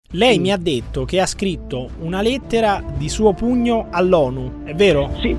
Lei mi ha detto che ha scritto una lettera di suo pugno all'ONU, è vero? Sì.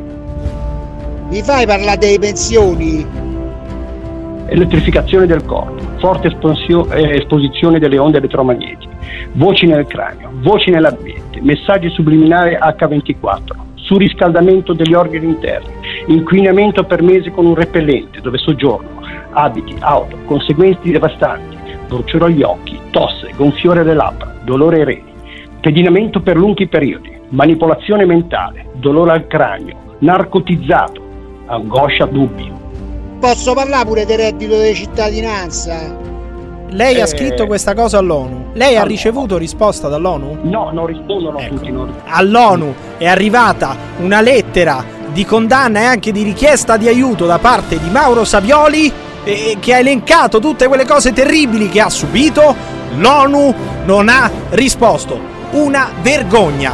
Mi fai parlare delle pensioni? Elettrificazione del corpo, forte esposizione delle onde elettromagnetiche, voci nel cranio, voci nell'ambiente, messaggi subliminali H24, surriscaldamento degli organi interni, inquinamento per mesi con un repellente dove soggiorno, abiti, auto, conseguenze devastanti, bruciore agli occhi, tosse, gonfiore alle labbra, dolore ai reni, pedinamento per lunghi periodi, manipolazione mentale, dolore al cranio, narcotizzato, angoscia, dubbio. Posso parlare pure del reddito di cittadinanza? Lei ha scritto questa cosa all'ONU. Lei ha ricevuto risposta dall'ONU? No, non rispondono Ecco. tutti. All'ONU è arrivata una lettera di condanna e anche di richiesta di aiuto da parte di Mauro Savioli, che ha elencato tutte quelle cose terribili che ha subito. L'ONU non ha risposto. Una vergogna.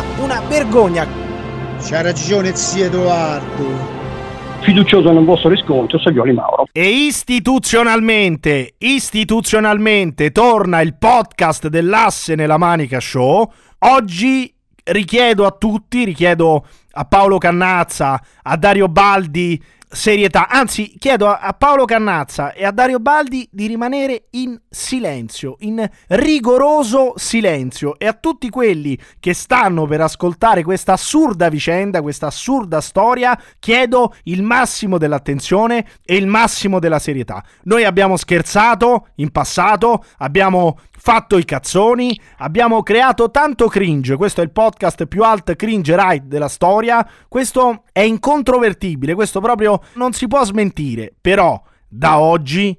C'ha ragione zio Edoardo. Fiducioso nel vostro riscontro, Savioli Mauro. E istituzionalmente torna il podcast dell'Asse nella Manica Show. Oggi richiedo a Paolo Cannazza, a Dario Baldi serietà, anzi chiedo a Paolo Cannazza e a Dario Baldi di rimanere in silenzio, in rigoroso silenzio, e a tutti quelli che stanno per ascoltare questa assurda vicenda, questa assurda storia, chiedo il massimo dell'attenzione e il massimo della serietà. Noi abbiamo scherzato in passato, abbiamo fatto i cazzoni, abbiamo creato tanto cringe. Questo è il podcast più alt cringe right della storia. Questo è incontrovertibile, questo proprio non si può smentire. Però da oggi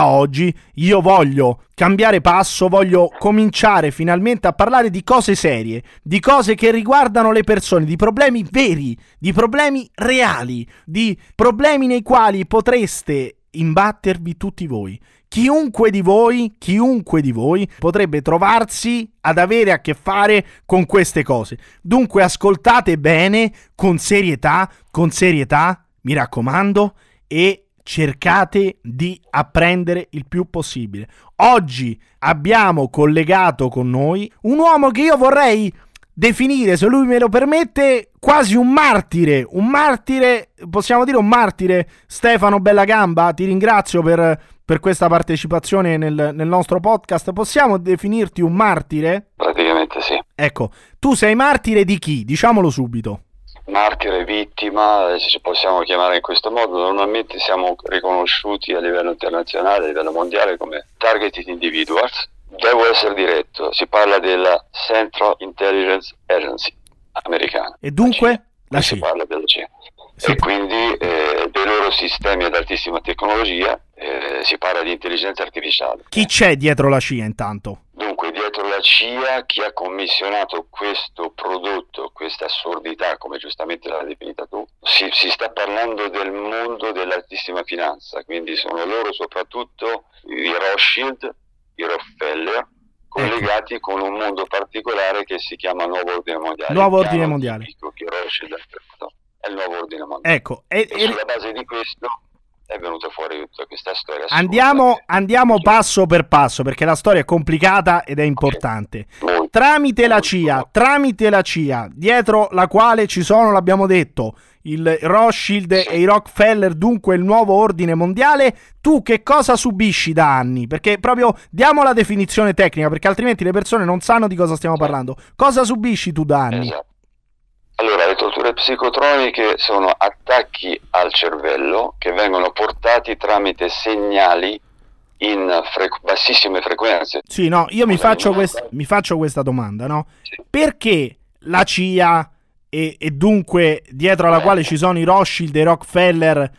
io voglio cambiare passo, voglio cominciare finalmente a parlare di cose serie, di cose che riguardano le persone, di problemi veri, di problemi reali, di problemi nei quali potreste imbattervi tutti voi. Chiunque di voi potrebbe trovarsi ad avere a che fare con queste cose. Dunque ascoltate bene, con serietà, mi raccomando, e cercate di apprendere il più possibile. Oggi abbiamo collegato con noi un uomo che io vorrei definire, se lui me lo permette, quasi un martire, possiamo dire un martire. Stefano Bellagamba, ti ringrazio per questa partecipazione nel nostro podcast. Possiamo definirti un martire? Praticamente sì. Ecco, tu sei martire di chi? Diciamolo subito. Martire, vittima, se ci possiamo chiamare in questo modo. Normalmente siamo riconosciuti a livello internazionale, a livello mondiale, come targeted individuals. Devo essere diretto, si parla della Central Intelligence Agency americana. E dunque? La CIA. Si parla della CIA. Sì. E quindi dei loro sistemi ad altissima tecnologia, si parla di intelligenza artificiale. Chi c'è dietro la CIA intanto? Dunque, dietro la CIA, chi ha commissionato questo prodotto, questa assurdità, come giustamente l'hai definita tu, si sta parlando del mondo dell'altissima finanza, quindi sono loro soprattutto i Rothschild, i Rockefeller, collegati con un mondo particolare che si chiama Nuovo Ordine Mondiale. Nuovo Ordine Mondiale. Che Rothschild è il Nuovo Ordine Mondiale. Ecco, e sulla base di questo è venuta fuori tutta questa storia. Andiamo passo per passo, perché la storia è complicata ed è importante. Tramite la CIA, dietro la quale ci sono, l'abbiamo detto, il Rothschild e i Rockefeller, dunque il nuovo ordine mondiale, tu che cosa subisci da anni? Perché proprio diamo la definizione tecnica, perché altrimenti le persone non sanno di cosa stiamo parlando. Cosa subisci tu da anni? Esatto. Allora, le torture psicotroniche sono attacchi al cervello che vengono portati tramite segnali in bassissime frequenze. Sì, no, io mi faccio questa domanda, no? Sì. Perché la CIA e dunque dietro alla quale ci sono i Rothschild e i Rockefeller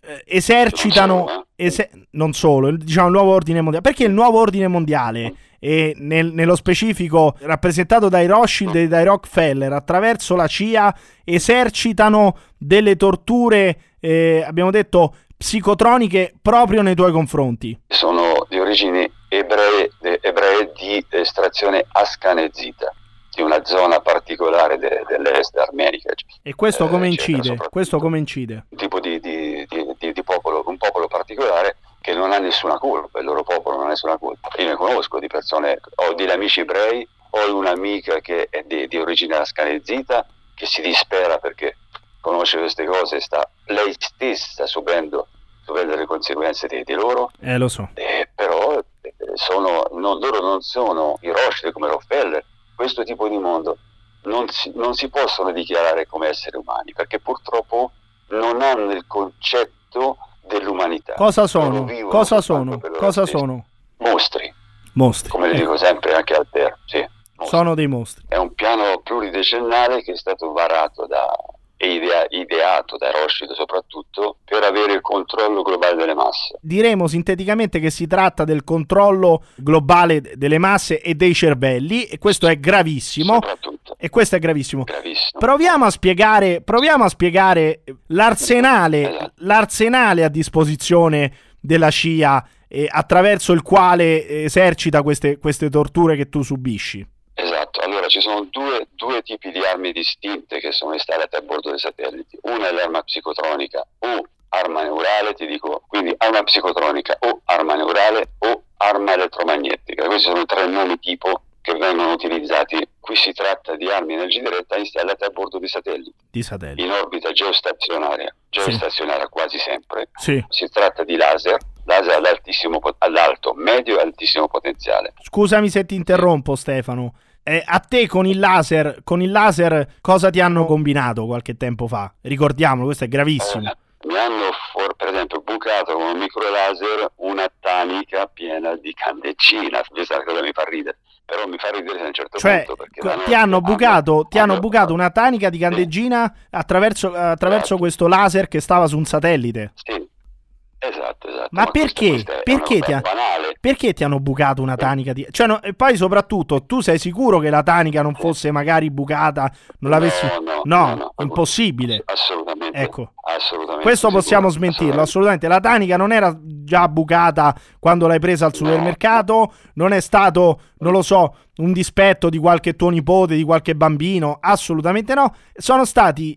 esercitano non solo, diciamo, il nuovo ordine mondiale? Perché il nuovo ordine mondiale, e nello specifico rappresentato dai Rothschild e dai Rockefeller, attraverso la CIA esercitano delle torture, abbiamo detto, psicotroniche proprio nei tuoi confronti? Sono di origini ebree di estrazione ascanezita, di una zona particolare dell'est armenica. E questo come incide? Questo come incide? Un tipo di popolo, un popolo particolare che non ha nessuna colpa, il loro popolo non ha nessuna colpa. Io ne conosco di persone, ho degli amici ebrei Ho un'amica che è di origine ascanezita, che si dispera perché conosce queste cose, lei stessa subendo le conseguenze di loro. Lo so. Però loro non sono i Rothschild come Rockefeller. Questo tipo di mondo non si possono dichiarare come esseri umani, perché purtroppo non hanno il concetto dell'umanità. Cosa sono? Mostri. Come le dico sempre anche al Ter. Sì, mostri. Sono dei mostri. È un piano pluridecennale che è stato varato e ideato da Rothschild soprattutto per avere il controllo globale delle masse. Diremo sinteticamente che si tratta del controllo globale delle masse e dei cervelli, e questo è gravissimo. Soprattutto. E questo è gravissimo. Gravissimo. Proviamo a spiegare l'arsenale, Esatto. l'arsenale a disposizione della CIA, attraverso il quale esercita queste torture che tu subisci. Esatto, allora ci sono due tipi di armi distinte che sono installate a bordo dei satelliti. Una è l'arma psicotronica o arma neurale, ti dico, quindi arma psicotronica o arma neurale o arma elettromagnetica. Questi sono i 3 nomi tipo che vengono utilizzati. Qui si tratta di armi energia diretta installate a bordo di satelliti. In orbita geostazionaria quasi sempre. Sì. Si tratta di laser all'alto, medio e altissimo potenziale. Scusami se ti interrompo, Stefano. A te con il laser cosa ti hanno combinato qualche tempo fa? Ricordiamolo, questo è gravissimo. Mi hanno per esempio bucato con un microlaser una tanica piena di candeggina. Questa cosa mi fa ridere, però mi fa ridere a un certo punto, perché ti hanno bucato una tanica di candeggina attraverso questo laser che stava su un satellite. Sì. Esatto. Ma perché? Perché ti hanno bucato una tanica di... e poi soprattutto, tu sei sicuro che la tanica non fosse magari bucata, non l'avessi... No, impossibile. Assolutamente. Ecco. Assolutamente. Questo possiamo smentirlo, assolutamente. La tanica non era già bucata quando l'hai presa al supermercato, non è stato, non lo so, un dispetto di qualche tuo nipote, di qualche bambino, assolutamente no. Sono stati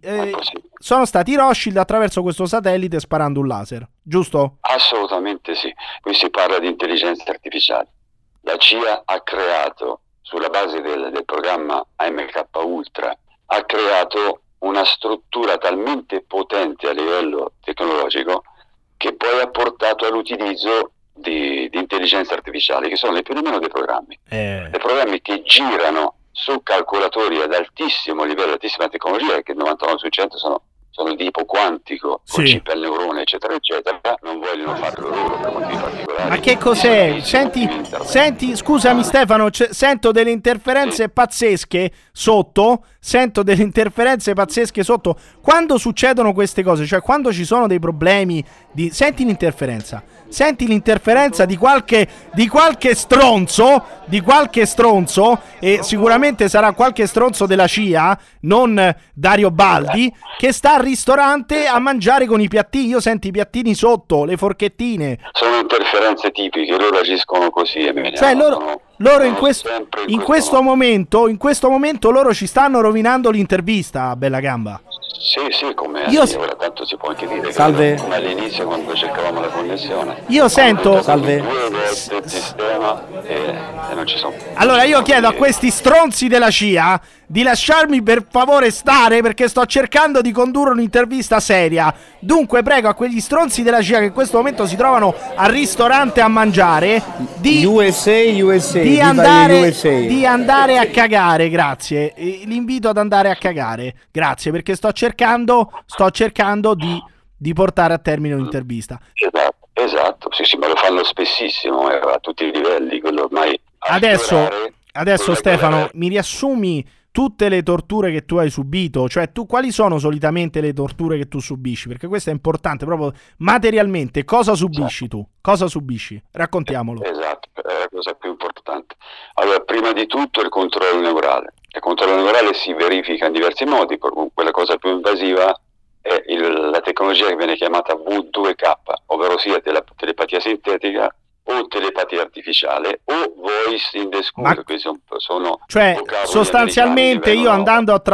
i Rothschild attraverso questo satellite sparando un laser, giusto? Assolutamente sì. Qui si parla di intelligenza artificiale. La CIA ha creato, sulla base del programma AMK Ultra, ha creato una struttura talmente potente a livello tecnologico che poi ha portato all'utilizzo di intelligenza artificiale, che sono né più nemmeno dei programmi. Dei programmi che girano su calcolatori ad altissimo livello, altissima tecnologia, che il 99% sono di tipo quantico, con chip al neurone, eccetera, eccetera. Non vogliono farlo loro per motivi particolari. Ma che cos'è? Senti, scusami Stefano, sento delle interferenze pazzesche sotto. Quando succedono queste cose, cioè quando ci sono dei problemi senti l'interferenza di qualche stronzo, e sicuramente sarà qualche stronzo della CIA, non Dario Baldi, che sta al ristorante a mangiare con i piattini. Io sento i piattini sotto, le forchettine. Sono interferenze tipiche, loro agiscono così. Cioè loro in questo momento loro ci stanno rovinando l'intervista, bella gamba. Sì, come ora tanto si può anche dire. Salve. Come all'inizio quando cercavamo la connessione. Io sento. Salve. 2 volte il sistema e non ci sono. Allora io chiedo a questi stronzi della CIA di lasciarmi per favore stare, perché sto cercando di condurre un'intervista seria. Dunque prego a quegli stronzi della CIA che in questo momento si trovano al ristorante a mangiare di andare a cagare, grazie. L'invito ad andare a cagare, grazie, perché sto cercando di portare a termine l'intervista. Esatto, sì, ma lo fanno spessissimo a tutti i livelli, quello ormai. Adesso Stefano, mi riassumi tutte le torture che tu hai subito? Cioè, quali sono solitamente le torture che tu subisci? Perché questo è importante, proprio materialmente. Cosa subisci tu? Cosa subisci? Raccontiamolo. Esatto, è la cosa più importante. Allora, prima di tutto il controllo neurale. Il controllo neurale si verifica in diversi modi, quella cosa più invasiva è la tecnologia che viene chiamata V2K, ovvero sia telepatia sintetica o telepatia artificiale o voice in the school, che sono cioè sostanzialmente io andando a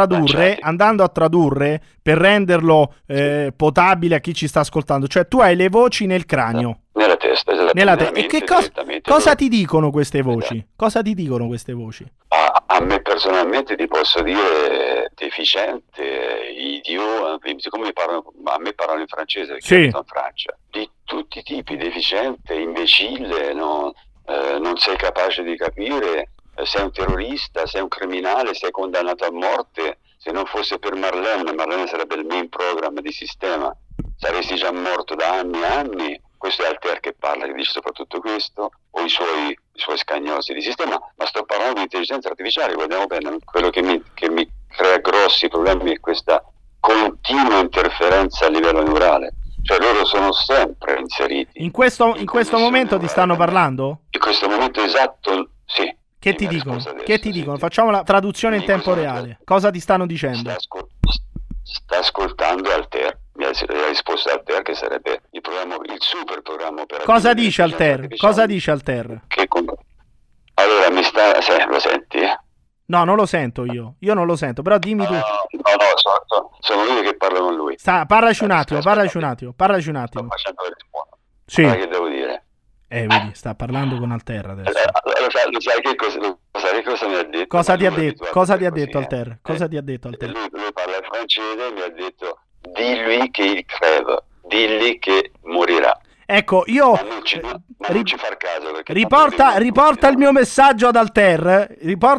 tradurre per renderlo potabile a chi ci sta ascoltando, cioè tu hai le voci nel cranio, Nella testa, esattamente. E che cosa ti dicono queste voci? Cosa ti dicono queste voci? A me personalmente ti posso dire deficiente, idiot, siccome a me parlano in francese perché Sì. sono in Francia, di tutti i tipi, deficiente, imbecille, non sei capace di capire, sei un terrorista, sei un criminale, sei condannato a morte. Se non fosse per Marlène sarebbe il main program di sistema, saresti già morto da anni e anni. Questo è Alter che parla, che dice soprattutto questo, o i suoi scagnosi di sistema, ma sto parlando di intelligenza artificiale, guardiamo bene, quello che mi crea grossi problemi è questa continua interferenza a livello neurale, cioè loro sono sempre inseriti. In questo momento ti stanno parlando? In questo momento esatto, sì. Che ti dicono? Che ti dicono? Facciamo la traduzione in tempo reale. Cosa ti stanno dicendo? Sta ascoltando Alter. Mi ha risposto Alter che sarebbe il super programma operativo. Cosa dice Alter? Cosa dice Alter? Allora lo senti? No, non lo sento io. Io non lo sento, però dimmi tu. No, sono io che parlo con lui. Parlaci un attimo. Sto facendo per rispondere. Sì. Che devo dire? Vedi, sta parlando con Alter adesso. Lo sai che cosa mi ha detto? Cosa ti ha detto? Cosa ti ha detto Alter? Cosa ti ha detto Alter? Lui parla francese e mi ha detto digli che il creve, digli che morirà. Ecco, io ma non ci far caso perché riporta il mio messaggio ad Alter,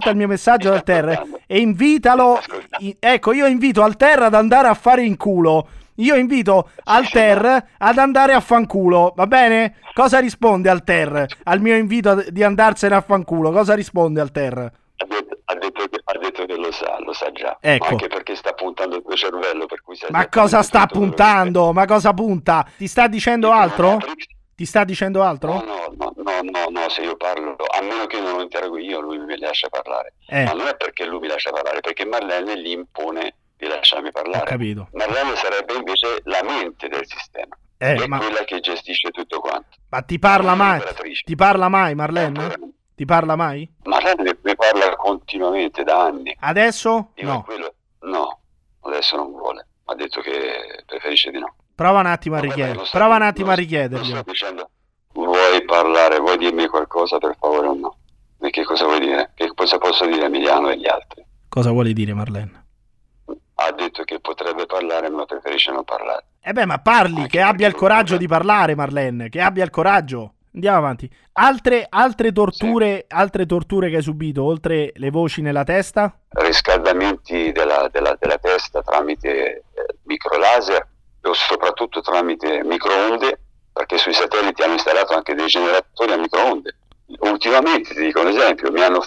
e invitalo. Ecco, io invito Alter ad andare a fare in culo. Io invito Alter ad andare a fanculo, va bene? Cosa risponde Alter al mio invito di andarsene a fanculo? Cosa risponde Alter? Ha detto che lo sa già. Ecco. Anche perché sta puntando il tuo cervello, per cui Ma cosa sta puntando? Ma cosa punta? Ti sta dicendo altro? Ti sta dicendo altro? No, se io parlo, a meno che non lo interrogo io, lui mi lascia parlare. Ma non è perché lui mi lascia parlare, perché Marlène gli impone di lasciarmi parlare. Ho capito. Marlène sarebbe invece la mente del sistema. È quella che gestisce tutto quanto. Ma ti parla mai? Ti parla mai Marlène? Ti parla mai? Marlène mi parla continuamente da anni. Adesso? No. No, adesso non vuole. Ha detto che preferisce di no. Prova un attimo a richiedergli. Sto dicendo, vuoi parlare, vuoi dirmi qualcosa per favore o no? E che cosa vuoi dire? Che cosa posso dire a Emiliano e gli altri? Cosa vuole dire Marlène? Ha detto che potrebbe parlare, ma preferisce non parlare. Ma parli, che abbia il coraggio di parlare Marlène, che abbia il coraggio. Andiamo avanti. Altre torture che hai subito, oltre le voci nella testa? Riscaldamenti della testa tramite microlaser o soprattutto tramite microonde, perché sui satelliti hanno installato anche dei generatori a microonde. Ultimamente, ti dico un esempio, mi hanno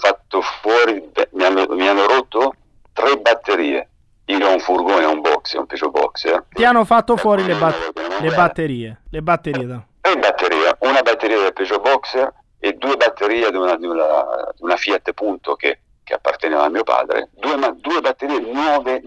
rotto 3 batterie. Io ho un furgone, un Peugeot Boxer. Ti hanno fatto fuori le batterie. Le batterie da. 3 batterie, una batteria del Peugeot Boxer e 2 batterie di una Fiat Punto che apparteneva a mio padre. 2 batterie nuove.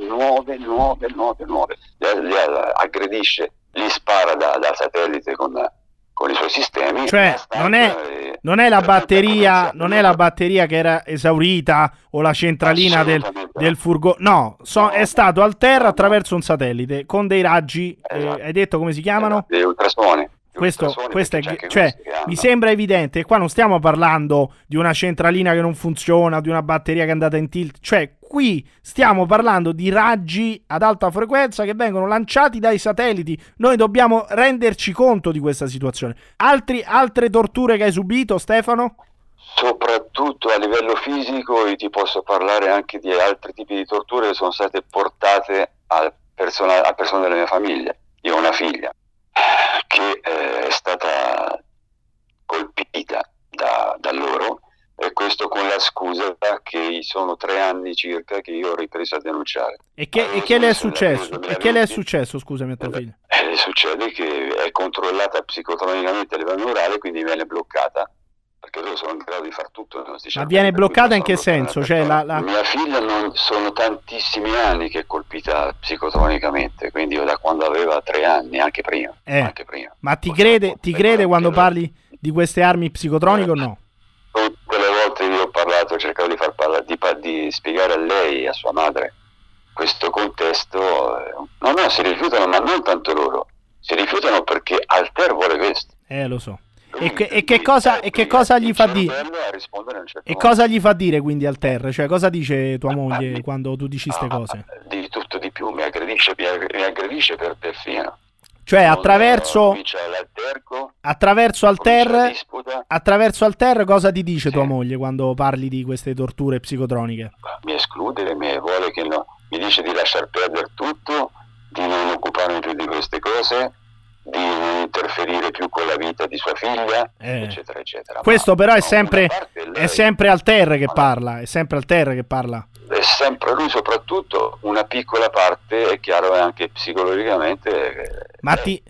Le aggredisce, li spara dal satellite con i suoi sistemi. Cioè non è la batteria che era esaurita o la centralina del furgone. No, è stato Alter attraverso un satellite con dei raggi. Hai detto come si chiamano? Dei ultrasuoni. Questo mi sembra evidente. Qua non stiamo parlando di una centralina che non funziona, di una batteria che è andata in tilt. Cioè, qui stiamo parlando di raggi ad alta frequenza che vengono lanciati dai satelliti. Noi dobbiamo renderci conto di questa situazione. Altre torture che hai subito, Stefano? Soprattutto a livello fisico, io ti posso parlare anche di altri tipi di torture che sono state portate a persone della mia famiglia. Io ho una figlia che è stata colpita da loro, e questo con la scusa che sono 3 anni circa che io ho ripreso a denunciare. E che le è successo? Scusami, a tua figlia? Succede che è controllata psicotronicamente a livello neurale, quindi viene bloccata, perché loro sono in grado di far tutto. Ma viene bloccata in che senso? Cioè, mia figlia sono tantissimi anni che è colpita psicotronicamente, quindi io da quando aveva 3 anni, anche prima. Ma ti crede quando parli di queste armi psicotroniche o no? Tutte le volte che io ho parlato, ho cercato di far parlare, di spiegare a lei e a sua madre questo contesto. No, si rifiutano, ma non tanto loro. Si rifiutano perché Alter vuole questo. Lo so. E che cosa gli fa dire? E cosa gli fa dire quindi al Ter? Cioè, cosa dice tua moglie quando tu dici queste cose? Di tutto di più, mi aggredisce perfino. Cioè, attraverso al Ter cosa ti dice tua moglie quando parli di queste torture psicotroniche? Mi esclude, mi vuole che no, mi dice di lasciar perdere tutto, di non occuparmi più di queste cose, di non interferire più con la vita di sua figlia, eccetera, eccetera. Questo però è sempre al Ter che parla, è sempre lui, soprattutto una piccola parte, è chiaro, anche psicologicamente. Ma ti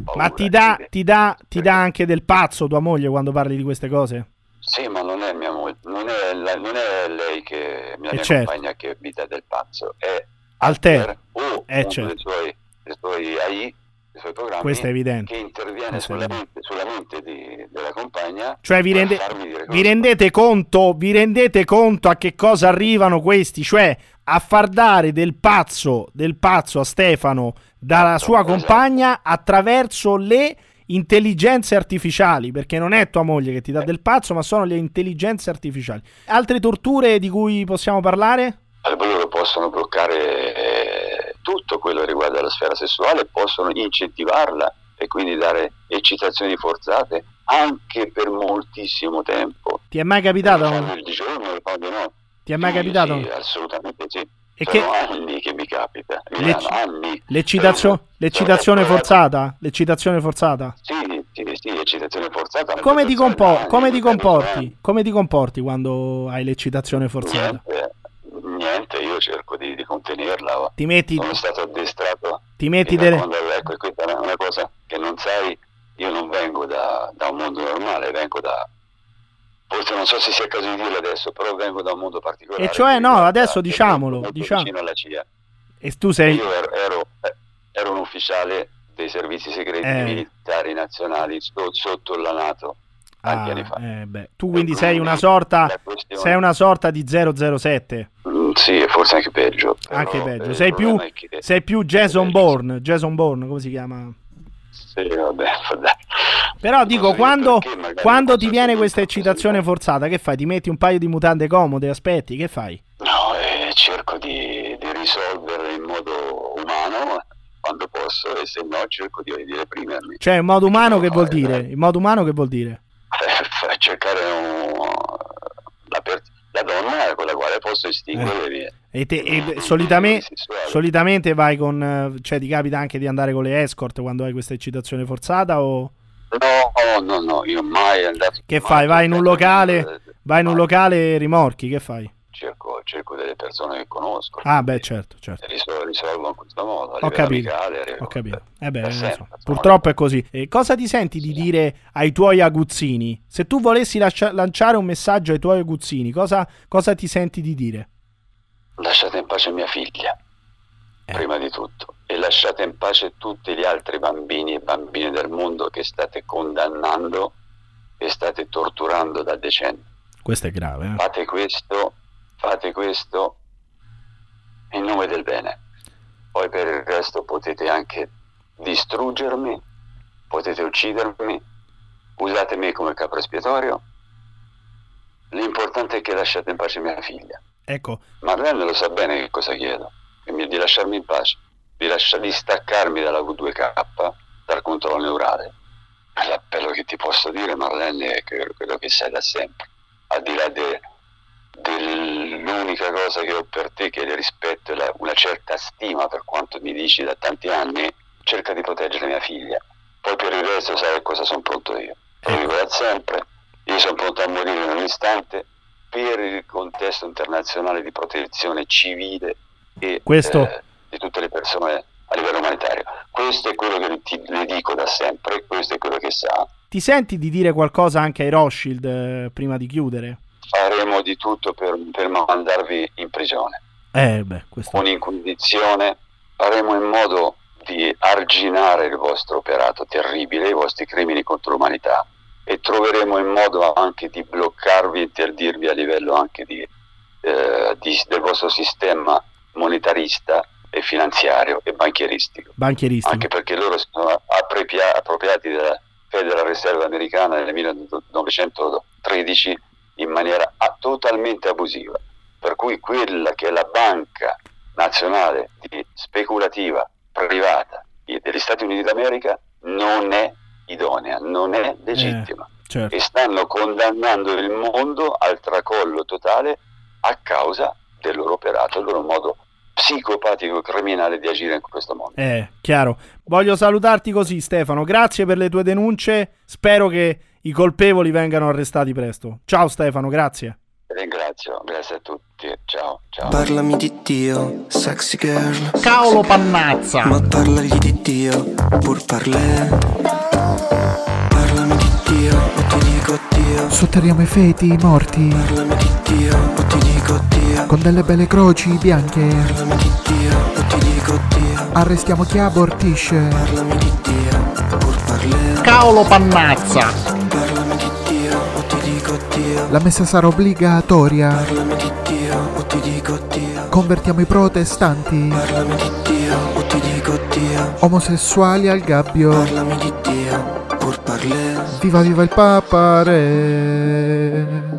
dà anche del pazzo tua moglie quando parli di queste cose? Sì, ma non è mia moglie, non è lei che mia compagna che vita del pazzo, è al Ter o dei suoi AI, dei suoi programmi. Questo è evidente, che interviene sulla mente della compagna. Cioè vi rendete conto a che cosa arrivano questi? Cioè a far dare del pazzo a Stefano dalla sua compagna attraverso le intelligenze artificiali, perché non è tua moglie che ti dà del pazzo, ma sono le intelligenze artificiali. Altre torture di cui possiamo parlare? Loro possono bloccare tutto quello che riguarda la sfera sessuale, possono incentivarla e quindi dare eccitazioni forzate anche per moltissimo tempo. Ti è mai capitato? Il giorno, no. Ti è mai capitato? Sì, assolutamente sì. E sono anni che mi capita. Anni. L'eccitazione forzata? L'eccitazione forzata? Sì, eccitazione forzata. Come ti comporti quando hai l'eccitazione forzata? Niente, io cerco di contenerla. Sono stato addestrato. Ecco, questa è una cosa che non sai. Io non vengo da un mondo normale, vengo da... Forse non so se sia il caso di dirlo adesso, però vengo da un mondo particolare. E cioè no, adesso diciamolo. Vicino alla CIA. E tu sei... Io ero un ufficiale dei servizi segreti militari nazionali sotto la NATO tanti anni fa. Tu quindi sei una sorta di 007. Sì, forse anche peggio. Sei più Jason Bourne, come si chiama? Sì, vabbè. Però dico, quando ti viene questa eccitazione forzata, che fai? Ti metti un paio di mutande comode, aspetti, che fai? No, cerco di risolvere in modo umano quando posso, e se no cerco di reprimermi. Cioè, in modo umano che vuol dire? In modo umano che vuol dire? Cercare la donna con la quale posso estinguere via. E solitamente vai con... cioè ti capita anche di andare con le escort quando hai questa eccitazione forzata o... No, io mai andato... Che fai? Vai in un locale e rimorchi, che fai? Cerco delle persone che conosco. Ah, beh, certo. Risolvo in questo modo. Ho capito. Purtroppo è così. E cosa ti senti di dire ai tuoi aguzzini? Se tu volessi lanciare un messaggio ai tuoi aguzzini, cosa ti senti di dire? Lasciate in pace mia figlia, prima di tutto, e lasciate in pace tutti gli altri bambini e bambine del mondo che state condannando e state torturando da decenni. Questo è grave. Fate questo in nome del bene. Poi per il resto potete anche distruggermi, potete uccidermi, usate me come capro espiatorio. L'importante è che lasciate in pace mia figlia. Ecco. Marlene lo sa bene che cosa chiedo, di lasciarmi in pace, di staccarmi dalla V2K, dal controllo neurale. L'appello che ti posso dire, Marlene, è quello che sai da sempre, al di là dell'unica cosa che ho per te, che è il rispetto e una certa stima per quanto mi dici da tanti anni. Cerca di proteggere mia figlia, poi per il resto sai a cosa sono pronto io. Lo dico da sempre, io sono pronto a morire in un istante per il contesto internazionale di protezione civile e di tutte le persone a livello umanitario. Questo è quello che le dico da sempre, questo è quello che sa. Ti senti di dire qualcosa anche ai Rothschild prima di chiudere? Faremo di tutto per mandarvi in prigione. Un'inquisizione, faremo in modo di arginare il vostro operato terribile, i vostri crimini contro l'umanità, e troveremo il modo anche di bloccarvi e interdirvi a livello anche del vostro sistema monetarista e finanziario e banchieristico. Banchieristico. Anche perché loro sono appropriati Federal Reserve americana nel 1913 in maniera totalmente abusiva, per cui quella che è la banca nazionale speculativa privata degli Stati Uniti d'America non è idonea, non è legittima, certo. E stanno condannando il mondo al tracollo totale a causa del loro operato, del loro modo psicopatico e criminale di agire in questo mondo. Chiaro. Voglio salutarti così, Stefano, grazie per le tue denunce, spero che i colpevoli vengano arrestati presto. Ciao Stefano, grazie. Ringrazio, grazie a tutti, ciao. Parlami di Dio, sexy girl. Cavolo Pannazza. Ma parlagli di Dio, pur parlè. Parlami di Dio, o ti dico Dio. Sotterriamo i feti, i morti. Parlami di Dio, o ti dico Dio. Con delle belle croci bianche. Parlami di Dio, o ti dico Dio. Arrestiamo chi abortisce. Parlami di Dio, pur parlè. Cavolo Pannazza. Parlami di Dio, o ti dico Dio. La messa sarà obbligatoria. Parlami di Dio, o ti dico Dio. Convertiamo i protestanti. Parlami di Dio, o ti dico Dio. Omosessuali al gabbio. Parlami di Dio, pur parlè. Viva viva il Papa Re.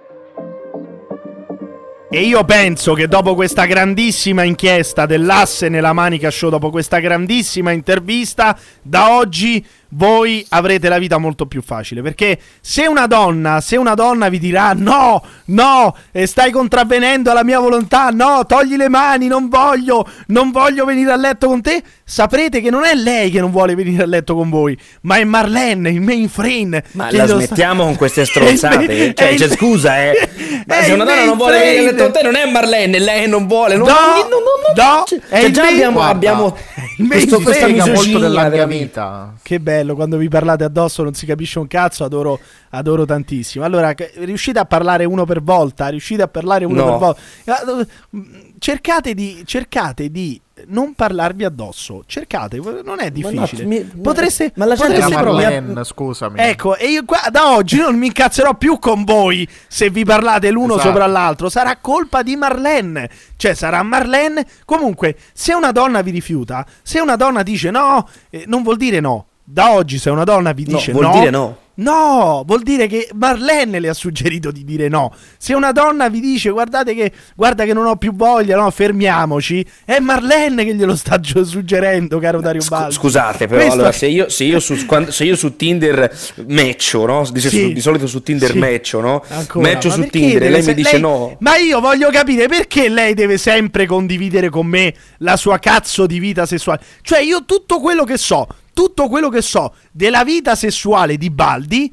E io penso che dopo questa grandissima inchiesta dell'Asse nella Manica Show, dopo questa grandissima intervista, da oggi voi avrete la vita molto più facile, perché se una donna vi dirà no, stai contravvenendo alla mia volontà, no, togli le mani, non voglio venire a letto con te, saprete che non è lei che non vuole venire a letto con voi, ma è Marlene, il mainframe. Ma la smettiamo con queste stronzate? C'è scusa, ma se una donna non vuole venire a letto con te non è Marlene, lei non vuole. Abbiamo questa misoginia molto della mia vita. Che bello, quando vi parlate addosso non si capisce un cazzo, adoro tantissimo. Allora, riuscite a parlare uno per volta? Per volta? Cercate di non parlarvi addosso. Cercate, non è difficile. Potreste provare. Scusami. Ecco, e io qua da oggi non mi incazzerò più con voi se vi parlate l'uno sopra l'altro. Sarà colpa di Marlene. Cioè, sarà Marlene. Comunque, se una donna vi rifiuta, se una donna dice no, non vuol dire no. Da oggi, se una donna vi dice vuol dire no. No, vuol dire che Marlene le ha suggerito di dire no. Se una donna vi dice guarda che non ho più voglia, no, fermiamoci, è Marlene che glielo sta suggerendo, caro Dario Baldi. Scusate, però allora, se io su Tinder matcho, no? Di solito su Tinder matcho, no? Matcho su Tinder e lei mi dice no. Ma io voglio capire perché lei deve sempre condividere con me la sua cazzo di vita sessuale. Cioè, io tutto quello che so della vita sessuale di Baldi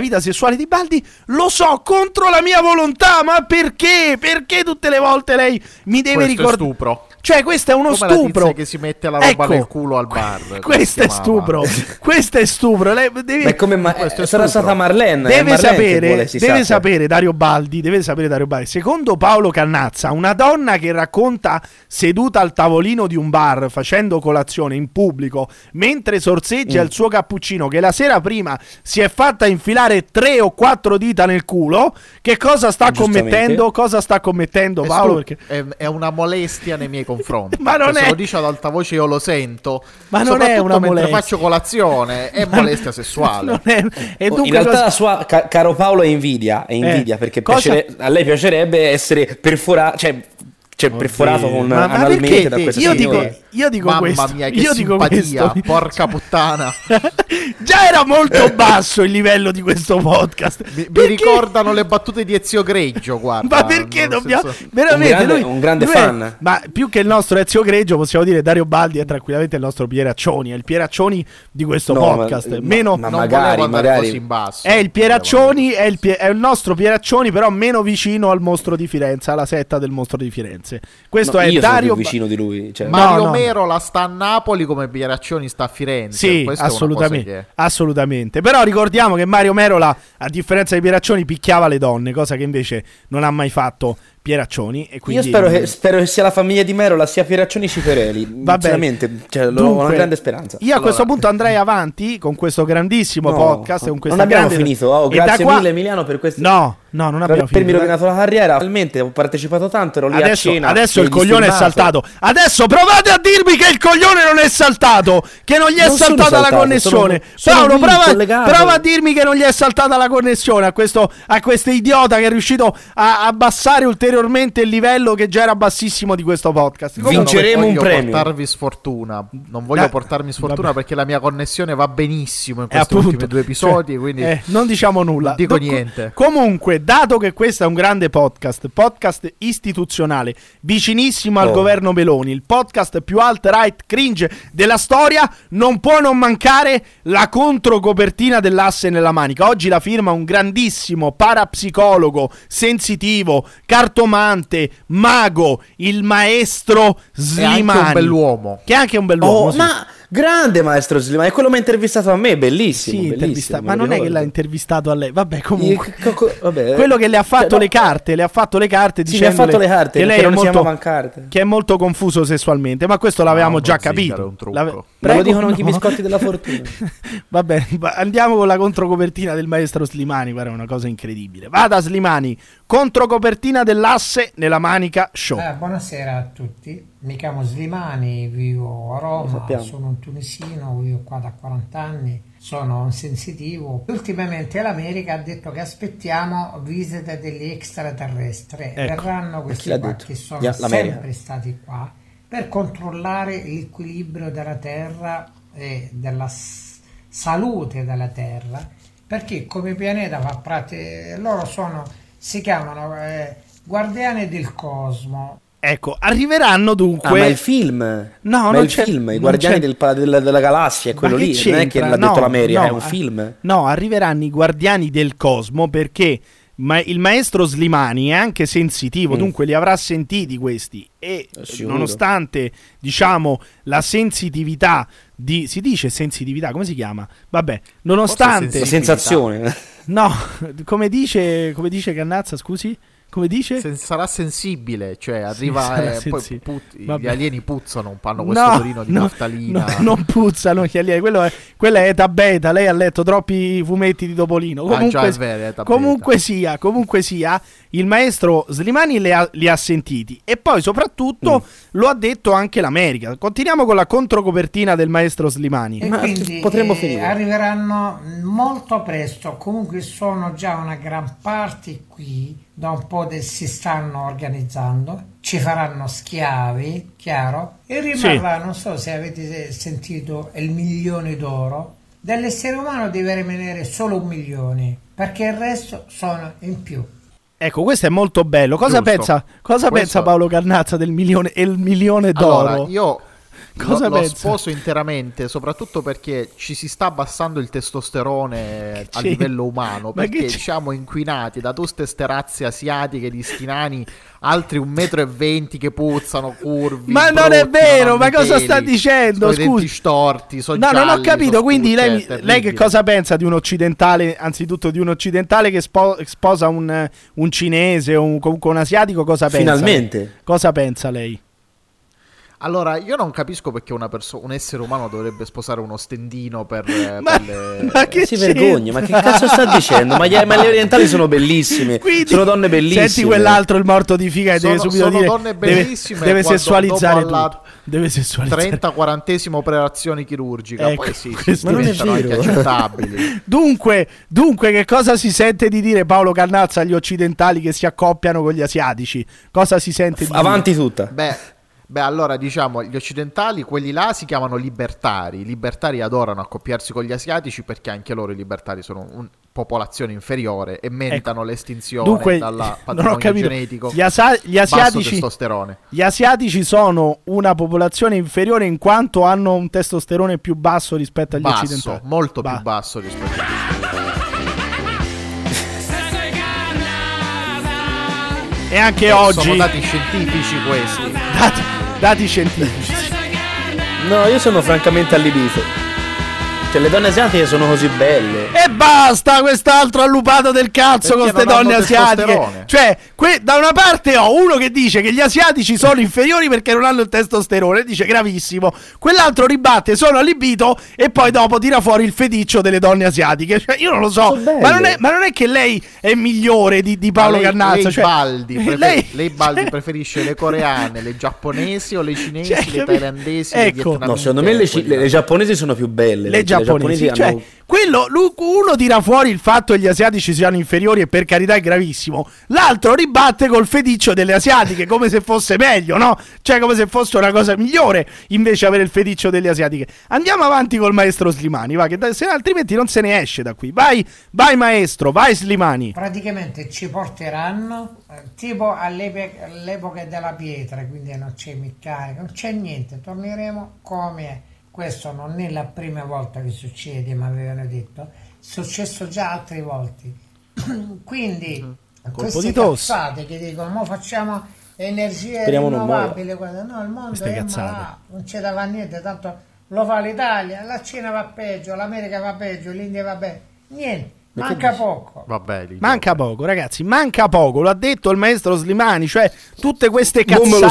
lo so contro la mia volontà. Ma perché? Perché tutte le volte lei mi deve ricordare? Questo è stupro. Cioè, questo è uno come stupro. La tizia che si mette la roba nel culo al bar. Questo è stupro. Questo è stupro. Lei deve... Ma come sarà stata Marlene? Deve sapere Dario Baldi. Secondo Paolo Cannazza, una donna che racconta seduta al tavolino di un bar facendo colazione in pubblico mentre sorseggia il suo cappuccino che la sera prima si è fatta infilare 3 o 4 dita nel culo, che cosa sta commettendo? Paolo? Perché è una molestia nei miei confronti. Ma non se lo dice ad alta voce io lo sento. Ma non è una molestia. Mentre faccio colazione è molestia sessuale. E dunque in realtà la sua, caro Paolo, è invidia perché a lei piacerebbe essere perforato, perforato analmente da questa signora. Io dico mamma questo. Mia, che simpatia, porca puttana. Già era molto basso il livello di questo podcast. Mi ricordano le battute di Ezio Greggio, guarda. Ma perché dobbiamo veramente un grande fan. Ma più che il nostro Ezio Greggio, possiamo dire Dario Baldi è tranquillamente il nostro Pieraccioni, è il Pieraccioni di questo podcast. Ma magari così in basso. È il Pieraccioni, è il nostro Pieraccioni, però meno vicino al mostro di Firenze, alla setta del mostro di Firenze. Questo è io Dario sono più vicino di lui, cioè. Mario Merola sta a Napoli come Pieraccioni sta a Firenze. Sì, assolutamente. Però ricordiamo che Mario Merola, a differenza di Pieraccioni, picchiava le donne, cosa che invece non ha mai fatto Pieraccioni. E quindi... Io spero che sia la famiglia di Merola, sia Pieraccioni Ciferelli. Veramente, cioè, ho una grande speranza. Io a questo punto andrei avanti con questo grandissimo podcast. Con questa non abbiamo finito. Grazie mille Emiliano per questo. No, non abbiamo finito. Per mi rovinato la carriera. Realmente ho partecipato tanto, ero lì a cena. Adesso il coglione è saltato. Adesso provate a dirmi che il coglione non è saltato, che non gli è saltata la connessione. Paolo, prova a dirmi che non gli è saltata la connessione a questo idiota che è riuscito a abbassare ulteriormente il livello che già era bassissimo di questo podcast. Vinceremo un premio. Non voglio portarmi sfortuna perché la mia connessione va benissimo in questi ultimi 2 episodi, quindi non diciamo nulla. Non dico niente. Comunque, dato che questo è un grande podcast istituzionale, vicinissimo al governo Meloni, il podcast più alt-right cringe della storia, non può non mancare la controcopertina dell'Asse nella manica. Oggi la firma un grandissimo parapsicologo, sensitivo, cartomante, mago, il maestro Slimani. Che è anche un bell'uomo. Sì. Ma grande maestro Slimani, è quello che mi ha intervistato a me, bellissimo. Sì, bellissimo, ma non è che l'ha intervistato a lei. Vabbè, comunque. Quello che le ha fatto cioè, le carte, sì, mi ha fatto le carte, che lei non si chiamavano carte. Che è molto confuso sessualmente, ma questo l'avevamo già capito. Me lo dicono anche i biscotti della fortuna. Vabbè, andiamo con la controcopertina del maestro Slimani, guarda, è una cosa incredibile. Vada Slimani, controcopertina dell'Asse nella manica show. Buonasera a tutti. Mi chiamo Slimani, vivo a Roma, sono un tunisino, vivo qua da 40 anni, sono un sensitivo. Ultimamente l'America ha detto che aspettiamo visite degli extraterrestri. Verranno questi qua che sono sempre stati qua per controllare l'equilibrio della Terra e della salute della Terra, perché come pianeta fa parte, loro si chiamano guardiani del cosmo. Ecco, arriveranno dunque. Ma il film? No, ma il film, I Guardiani della Galassia, è quello lì. Non è che l'ha detto l'America, è un film. No, arriveranno i Guardiani del Cosmo perché il maestro Slimani è anche sensitivo, dunque li avrà sentiti questi. E nonostante, diciamo, la sensitività si dice sensitività, come si chiama? Vabbè, nonostante. La sensazione. No, come dice Cannazza, scusi? Come dice? Sarà sensibile, cioè arriva poi gli alieni puzzano, fanno questo odorino di naftalina. No, non puzzano gli alieni, quella è Eta Beta, lei ha letto troppi fumetti di Topolino. Comunque sia, il maestro Slimani li ha sentiti e poi soprattutto lo ha detto anche l'America. Continuiamo con la controcopertina del maestro Slimani. E quindi potremmo finire. Arriveranno molto presto, comunque sono già una gran parte qui. Da un po' si stanno organizzando, ci faranno schiavi, chiaro, e rimarrà, non so se avete sentito, il milione d'oro. Dell'essere umano deve rimanere solo 1 milione, perché il resto sono in più. Ecco, questo è molto bello. Cosa pensa Paolo Cannazza del milione e il milione d'oro? Allora, io lo sposo interamente, soprattutto perché ci si sta abbassando il testosterone a livello umano, perché siamo inquinati da tutte ste razze asiatiche di stinani, altri 1,20 m che puzzano, curvi, ma non è vero, ma cosa sta dicendo? Scusi, denti storti, non ho capito, quindi lei che cosa pensa di un occidentale, anzitutto di un occidentale che sposa un cinese o comunque un asiatico? Cosa pensa? Finalmente. Cosa pensa lei? Allora, io non capisco perché un essere umano dovrebbe sposare uno stendino per ma che si vergogna, ma che cazzo sta dicendo? Ma le orientali sono bellissime, quindi, sono donne bellissime. Senti quell'altro, il morto di figa, e deve subito dire donne bellissime, deve sessualizzare tutto. Deve sessualizzare 30-40esima operazione chirurgica, ecco, poi ma non è vero. Anche accettabili. Dunque, che cosa si sente di dire, Paolo Cannazza, agli occidentali che si accoppiano con gli asiatici? Cosa si sente di avanti dire? Tutta. Beh, allora diciamo, gli occidentali, quelli là si chiamano libertari. I libertari adorano accoppiarsi con gli asiatici perché anche loro i libertari sono popolazione inferiore e mentano l'estinzione dalla patrimonio genetico. Gli asiatici sono una popolazione inferiore in quanto hanno un testosterone più basso rispetto agli occidentali. Molto più basso rispetto agli occidentali. E anche oggi sono dati scientifici questi. Dati scientifici. No, io sono francamente allibito. Cioè, le donne asiatiche sono così belle. E basta quest'altro allupato del cazzo con queste donne asiatiche. Cioè, da una parte ho uno che dice che gli asiatici sono inferiori perché non hanno il testosterone, dice gravissimo. Quell'altro ribatte, sono allibito, e poi dopo tira fuori il feticcio delle donne asiatiche. Cioè, io non lo so, ma non è che lei è migliore di Paolo Cannazza. Lei Baldi preferisce le coreane, le giapponesi o le cinesi, le thailandesi, le vietnamite? No, secondo me le giapponesi sono più belle. Le giapponesi, cioè, uno tira fuori il fatto che gli asiatici siano inferiori, e per carità è gravissimo. L'altro ribatte col feticcio delle asiatiche, come se fosse meglio, no? Cioè, come se fosse una cosa migliore invece avere il feticcio delle asiatiche. Andiamo avanti col maestro Slimani, va, che altrimenti non se ne esce da qui. Vai maestro, vai Slimani. Praticamente ci porteranno tipo all'epoca della pietra, quindi non c'è meccanico, non c'è niente, torneremo come è. Questo non è la prima volta che succede, mi avevano detto, è successo già altre volte. Quindi queste cazzate che dicono mo facciamo energie rinnovabili, no, il mondo è malato, non c'è da fare niente, tanto lo fa l'Italia, la Cina va peggio, l'America va peggio, l'India va bene, niente. Manca poco. Manca poco, ragazzi, manca poco, lo ha detto il maestro Slimani, cioè tutte queste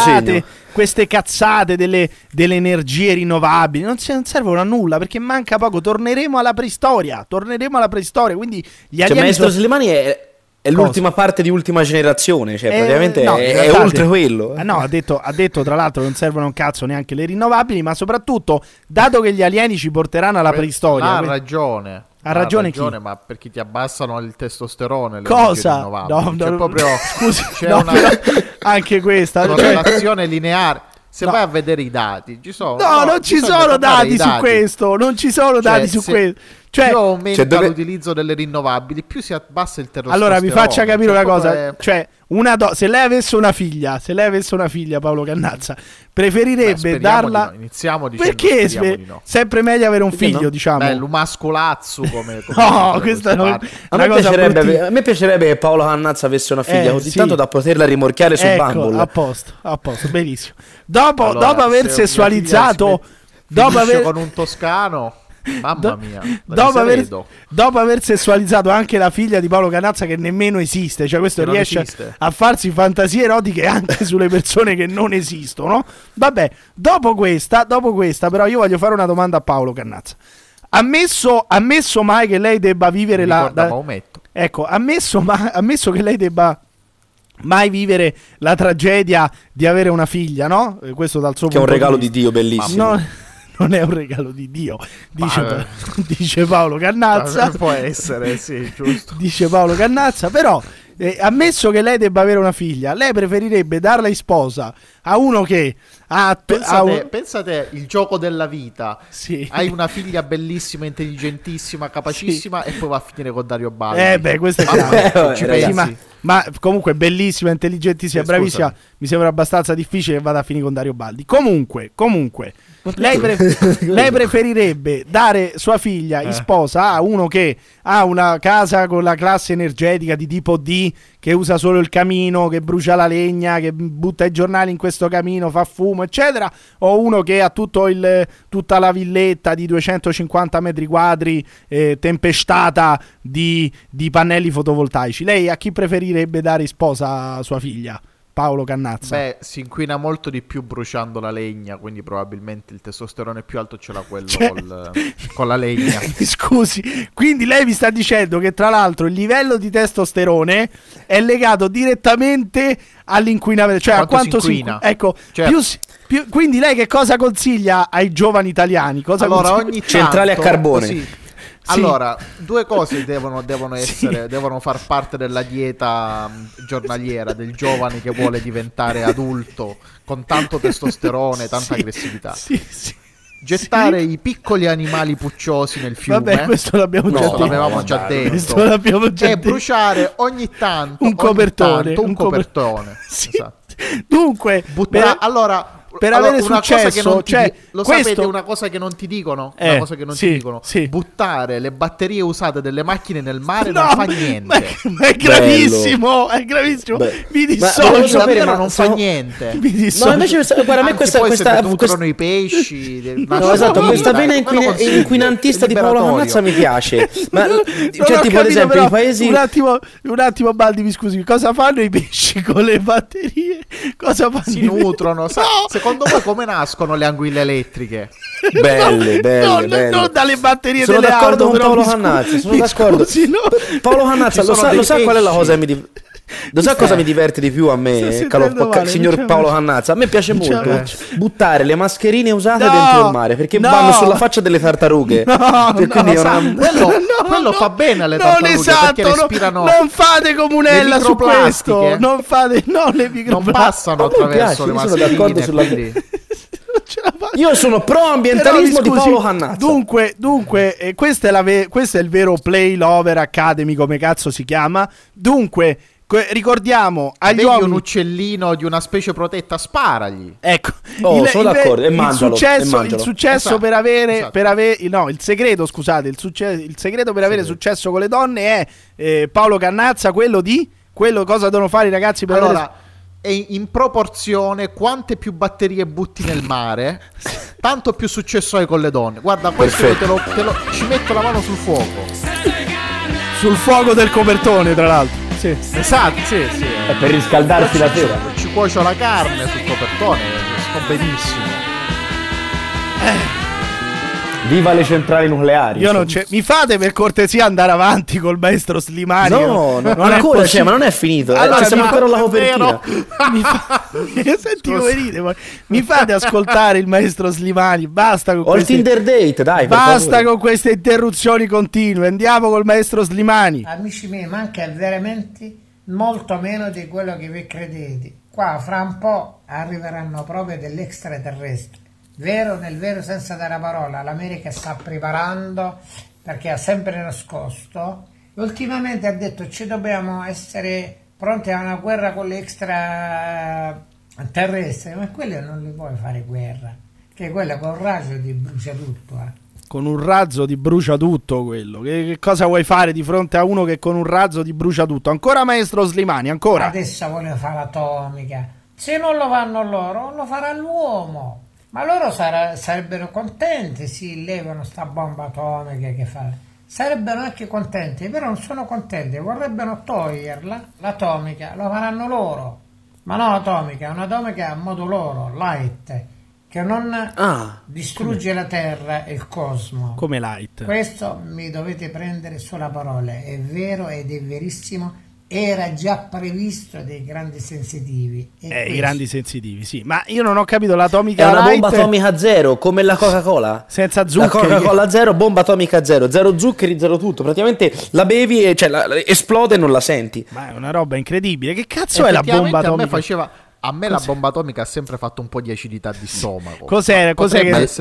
cazzate delle energie rinnovabili non servono a nulla, perché manca poco, torneremo alla preistoria, quindi gli alieni... maestro Slimani è l'ultima parte di Ultima Generazione, cioè praticamente è oltre quello. No, ha detto tra l'altro non servono un cazzo neanche le rinnovabili, ma soprattutto, dato che gli alieni ci porteranno alla preistoria... Ha ragione chi? Ma perché ti abbassano il testosterone. Cosa? Proprio scusi, c'è una anche questa correlazione lineare. Se vai a vedere i dati, ci sono. Non ci sono dati su questo. Non ci sono dati su questo. Cioè, più aumenta l'utilizzo delle rinnovabili, più si abbassa il testosterone. Allora vi faccia capire una cosa. Cioè, se lei avesse una figlia, Paolo Cannazza, preferirebbe darla. Iniziamo dicendo perché no. Sempre meglio avere un figlio, diciamo. Bello, mascolazzo come no, questa è una cosa a me piacerebbe che Paolo Cannazza avesse una figlia così tanto da poterla rimorchiare su Bumble. A posto, benissimo. Dopo aver sessualizzato, con un toscano. Mamma mia, dopo aver sessualizzato anche la figlia di Paolo Cannazza, che nemmeno esiste, cioè questo riesce a farsi fantasie erotiche anche sulle persone che non esistono. Vabbè, dopo questa però io voglio fare una domanda a Paolo Cannazza. Ammesso mai che lei debba vivere ecco, ammesso che lei debba mai vivere la tragedia di avere una figlia, no? Questo dal suo punto di vista. Che è un regalo di Dio bellissimo. Non è un regalo di Dio, dice Paolo Cannazza. Può essere, sì, giusto. Dice Paolo Cannazza, però ammesso che lei debba avere una figlia, lei preferirebbe darla in sposa a uno che Pensate il gioco della vita. Sì. Hai una figlia bellissima, intelligentissima, capacissima, e poi va a finire con Dario Baldi. Questo è chiaro. Ma comunque bellissima, intelligentissima, bravissima. Mi sembra abbastanza difficile che vada a finire con Dario Baldi. Comunque lei preferirebbe dare sua figlia in sposa a uno che ha una casa con la classe energetica di tipo D, che usa solo il camino, che brucia la legna, che butta i giornali in questo camino, fa fumo, eccetera, o uno che ha tutta la villetta di 250 metri quadri tempestata di pannelli fotovoltaici? Lei a chi preferirebbe dare in sposa sua figlia? Paolo Cannazza. Si inquina molto di più bruciando la legna, quindi probabilmente il testosterone più alto ce l'ha quello con la legna. Scusi, quindi lei mi sta dicendo che tra l'altro il livello di testosterone è legato direttamente all'inquinamento, cioè a quanto si inquina. Ecco, certo. Quindi lei che cosa consiglia ai giovani italiani? Ogni centrale a carbone. Sì. Allora, due cose devono far parte della dieta giornaliera del giovane che vuole diventare adulto con tanto testosterone, tanta aggressività. Gettare i piccoli animali pucciosi nel fiume. Vabbè, questo l'abbiamo già detto. E bruciare ogni tanto un copertone. Sì. Esatto. Dunque, allora per avere successo, sapete una cosa che non ti dicono? Una cosa che non ti dicono? Buttare le batterie usate delle macchine nel mare non fa niente. Ma è gravissimo, è gravissimo. Mi dissocio, davvero non fa niente. No, invece guarda, a me questa nutrono i pesci. No, esatto, questa vena inquinantista di Paolo Cannazza mi piace. Ma cioè, tipo ad esempio i paesi. Un attimo, Baldi, mi scusi, cosa fanno i pesci con le batterie? Cosa fanno? Si nutrono. Secondo voi come nascono le anguille elettriche? Belle. Non dalle batterie sono delle d'accordo auto, con Paolo Cannazza. Sono d'accordo. Paolo Cannazza lo sa qual è la cosa che mi lo sa cosa mi diverte di più a me, signor Paolo Cannazza? A me piace molto buttare le mascherine usate dentro il mare, perché vanno sulla faccia delle tartarughe. Quello fa bene alle tartarughe, perché respirano. Non fate comunella su questo. Non fate le microplastiche. Non passano attraverso le mascherine. Sono d'accordo sulla Io sono pro ambientalismo di Paolo Cannazza. Dunque questo è il vero Play Lover Academy, come cazzo si chiama. Dunque ricordiamo agli uomini un uccellino di una specie protetta, sparagli. Ecco, sono d'accordo. Il successo per avere il segreto per avere successo con le donne è Paolo Cannazza, quello cosa devono fare i ragazzi per avere. E in proporzione, quante più batterie butti nel mare, tanto più successo hai con le donne. Guarda, questo ci metto la mano sul fuoco del copertone, tra l'altro. Sì. Esatto, sì. È per riscaldarsi la sera. Ci cuocio la carne sul copertone, sto benissimo. Viva le centrali nucleari. Mi fate per cortesia andare avanti col maestro Slimani? No, non ancora, ma non è finito. Allora, siamo ancora alla copertina. Mi fate ascoltare il maestro Slimani? Basta con il Tinder date, dai. Basta con queste interruzioni continue. Andiamo col maestro Slimani. Amici miei, manca veramente molto meno di quello che vi credete. Qua fra un po' arriveranno proprio degli extraterrestri. Vero, nel vero senso della parola, l'America sta preparando, perché ha sempre nascosto. Ultimamente ha detto ci dobbiamo essere pronti a una guerra con gli extraterrestri, ma quello non li puoi fare guerra, che quello con un razzo ti brucia tutto. Con un razzo ti brucia tutto quello. Che cosa vuoi fare di fronte a uno che con un razzo ti brucia tutto? Ancora maestro Slimani, ancora? Adesso vuole fare l'atomica. Se non lo fanno loro, lo farà l'uomo. Ma loro sarebbero contenti, levano sta bomba atomica che fa. Sarebbero anche contenti, però non sono contenti, vorrebbero toglierla, l'atomica, lo faranno loro. Ma no, l'atomica, un'atomica a modo loro, light, che non distrugge la Terra e il cosmo. Come light. Questo mi dovete prendere sulla parola, è vero ed è verissimo. Era già previsto dei grandi sensitivi. I grandi sensitivi, sì. Ma io non ho capito, l'atomica è una bomba atomica zero, come la Coca-Cola. Senza zuccheri. La Coca-Cola zero, bomba atomica zero. Zero zuccheri, zero tutto. Praticamente la bevi e esplode e non la senti. Ma è una roba incredibile. Che cazzo è la bomba atomica? A me la bomba atomica ha sempre fatto un po' di acidità di stomaco. Cos'è Paolo,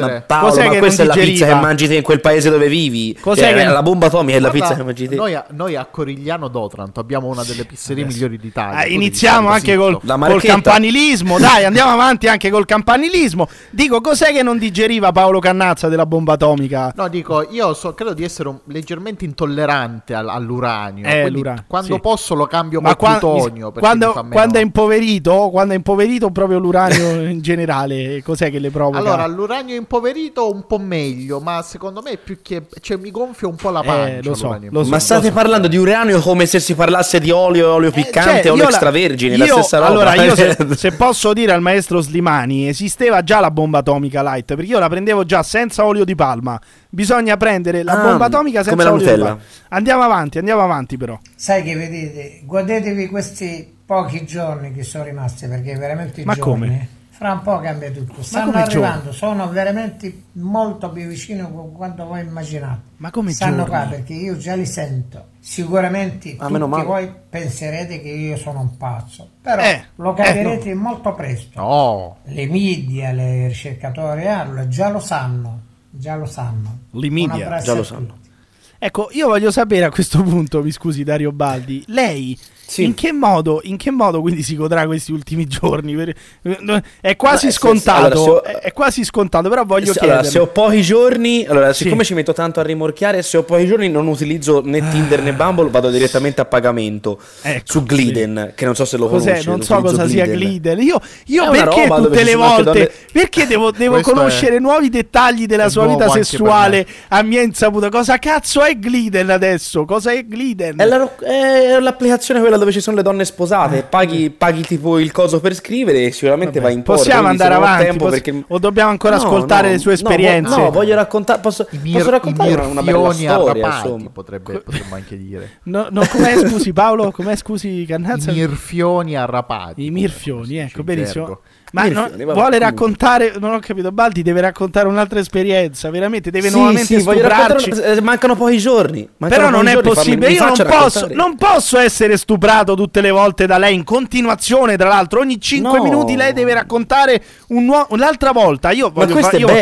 ma questa è la pizza che mangi te in quel paese dove vivi. La bomba atomica è la pizza che mangi te. Noi a Corigliano d'Otranto abbiamo una delle pizzerie migliori d'Italia. Iniziamo anche col campanilismo. Dai, andiamo avanti anche col campanilismo. Dico, cos'è che non digeriva Paolo Cannazza della bomba atomica? No, dico, io credo di essere leggermente intollerante all'uranio. Quando posso lo cambio col plutonio. Quando è impoverito proprio l'uranio in generale, cos'è che le provoca? Allora, l'uranio impoverito un po' meglio, ma secondo me più che mi gonfia un po' la pancia. Lo so. Ma state parlando di uranio come se si parlasse di olio piccante, olio extravergine, la stessa roba. Allora, io se posso dire al maestro Slimani, esisteva già la bomba atomica light, perché io la prendevo già senza olio di palma. Bisogna prendere la bomba atomica senza olio di palma. Andiamo avanti però. Sai che vedete, godetevi questi pochi giorni che sono rimasti, perché veramente i giorni come? Fra un po' cambia tutto. Stanno arrivando, sono veramente molto più vicino di quanto voi immaginate. Ma come stanno giorni? qua, perché io già li sento. Sicuramente tutti voi penserete che io sono un pazzo, però lo capirete molto presto. Le media, i ricercatori già lo sanno. Le media già lo sanno. Ecco, io voglio sapere a questo punto, mi scusi Dario Baldi, lei Sì. In che modo quindi si godrà questi ultimi giorni? È quasi scontato, è quasi scontato, però voglio chiedere. Allora, se ho pochi giorni, siccome ci metto tanto a rimorchiare, se ho pochi giorni non utilizzo né Tinder né Bumble, vado direttamente a pagamento su Gliden, che non so se lo conosci. Non so cosa sia Gliden. Io perché tutte le volte perché devo conoscere nuovi dettagli della sua vita sessuale a mia insaputa? Cosa cazzo è Gliden adesso? Cosa è Gliden? È l'applicazione quella dove ci sono le donne sposate, paghi tipo il coso per scrivere e sicuramente vai in porto. Possiamo andare avanti o dobbiamo ancora ascoltare le sue esperienze? No, voglio raccontare, posso raccontare una bella storia, insomma. Potremmo anche dire. Com'è, scusi Paolo? Com'è, scusi Cannazza? I mirfioni arrapati. I mirfioni, ecco, benissimo. Ma vuole raccontare, non ho capito, Baldi deve raccontare un'altra esperienza, veramente deve nuovamente stuprarci. Mancano pochi giorni. Però non è possibile, io non posso essere stuprato tutte le volte da lei in continuazione, tra l'altro ogni 5 minuti lei deve raccontare un'altra volta. Io voglio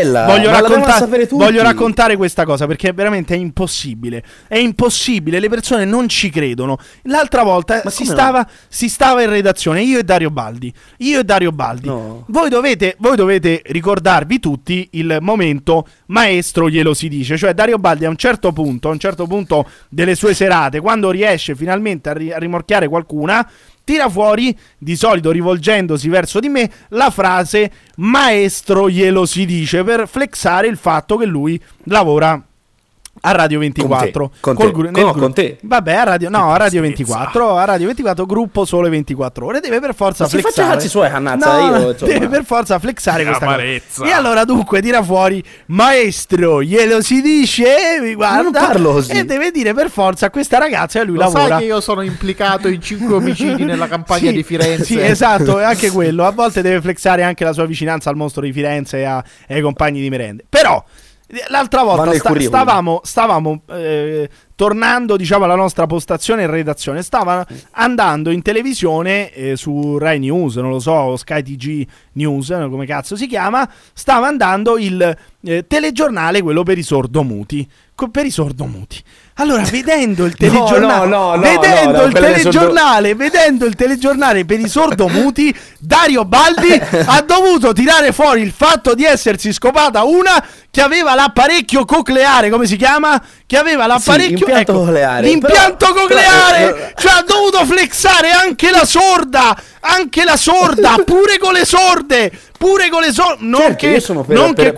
raccontare questa cosa perché veramente è impossibile, le persone non ci credono. L'altra volta si stava in redazione, io e Dario Baldi. No. Voi dovete ricordarvi tutti il momento maestro glielo si dice, cioè Dario Baldi a un certo punto delle sue serate, quando riesce finalmente a rimorchiare qualcuna, tira fuori, di solito rivolgendosi verso di me, la frase maestro glielo si dice, per flexare il fatto che lui lavora a Radio 24 con te. Vabbè, a Radio 24, gruppo Sole 24 ore, deve per forza flexare. Si suoi, Cannazza, deve per forza flexare questa cosa. E allora dunque tira fuori maestro glielo si dice, mi guarda e deve dire per forza a questa ragazza che lui lavora. Sai che io sono implicato in 5 omicidi nella campagna di Firenze. Sì, esatto, anche quello. A volte deve flexare anche la sua vicinanza al mostro di Firenze e ai compagni di merende. Però l'altra volta stavamo tornando, diciamo, alla nostra postazione in redazione. Stava andando in televisione su Rai News, non lo so, Sky TG News, come cazzo si chiama. Stava andando il telegiornale, quello per i sordomuti. Allora, vedendo il telegiornale per i sordomuti, Dario Baldi ha dovuto tirare fuori il fatto di essersi scopata una che aveva l'apparecchio cocleare, come si chiama? Che aveva l'apparecchio cocleare. L'impianto cocleare, cioè ha dovuto flexare anche la sorda, pure con le sorde. Non che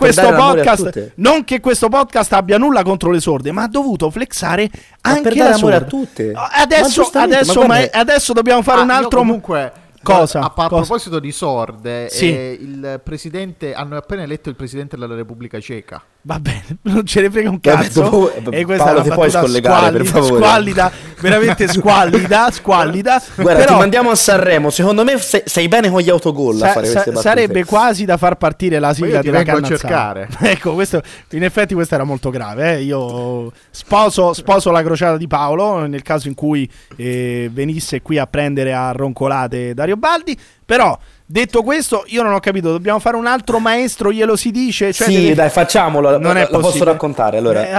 questo podcast abbia nulla contro le sorde, ma ha dovuto flexare anche la sorda. A tutte. Adesso dobbiamo fare un altro. Comunque, cosa? Proposito di sorde, il presidente, hanno appena eletto il presidente della Repubblica Ceca. Va bene, non ce ne frega un cazzo. E questa Paolo, è una battuta squallida, veramente squallida. Guarda, ti mandiamo a Sanremo. Secondo me sei bene con gli autogol a fare queste battute. Sarebbe quasi da far partire la sigla di una cannazzata. A cercare. Ecco, in effetti questo era molto grave. Io sposo la crociata di Paolo nel caso in cui venisse qui a prendere a roncolate Dario Baldi. Però, detto questo, io non ho capito, dobbiamo fare un altro maestro glielo si dice? Cioè dai, facciamolo, non è posso raccontare allora.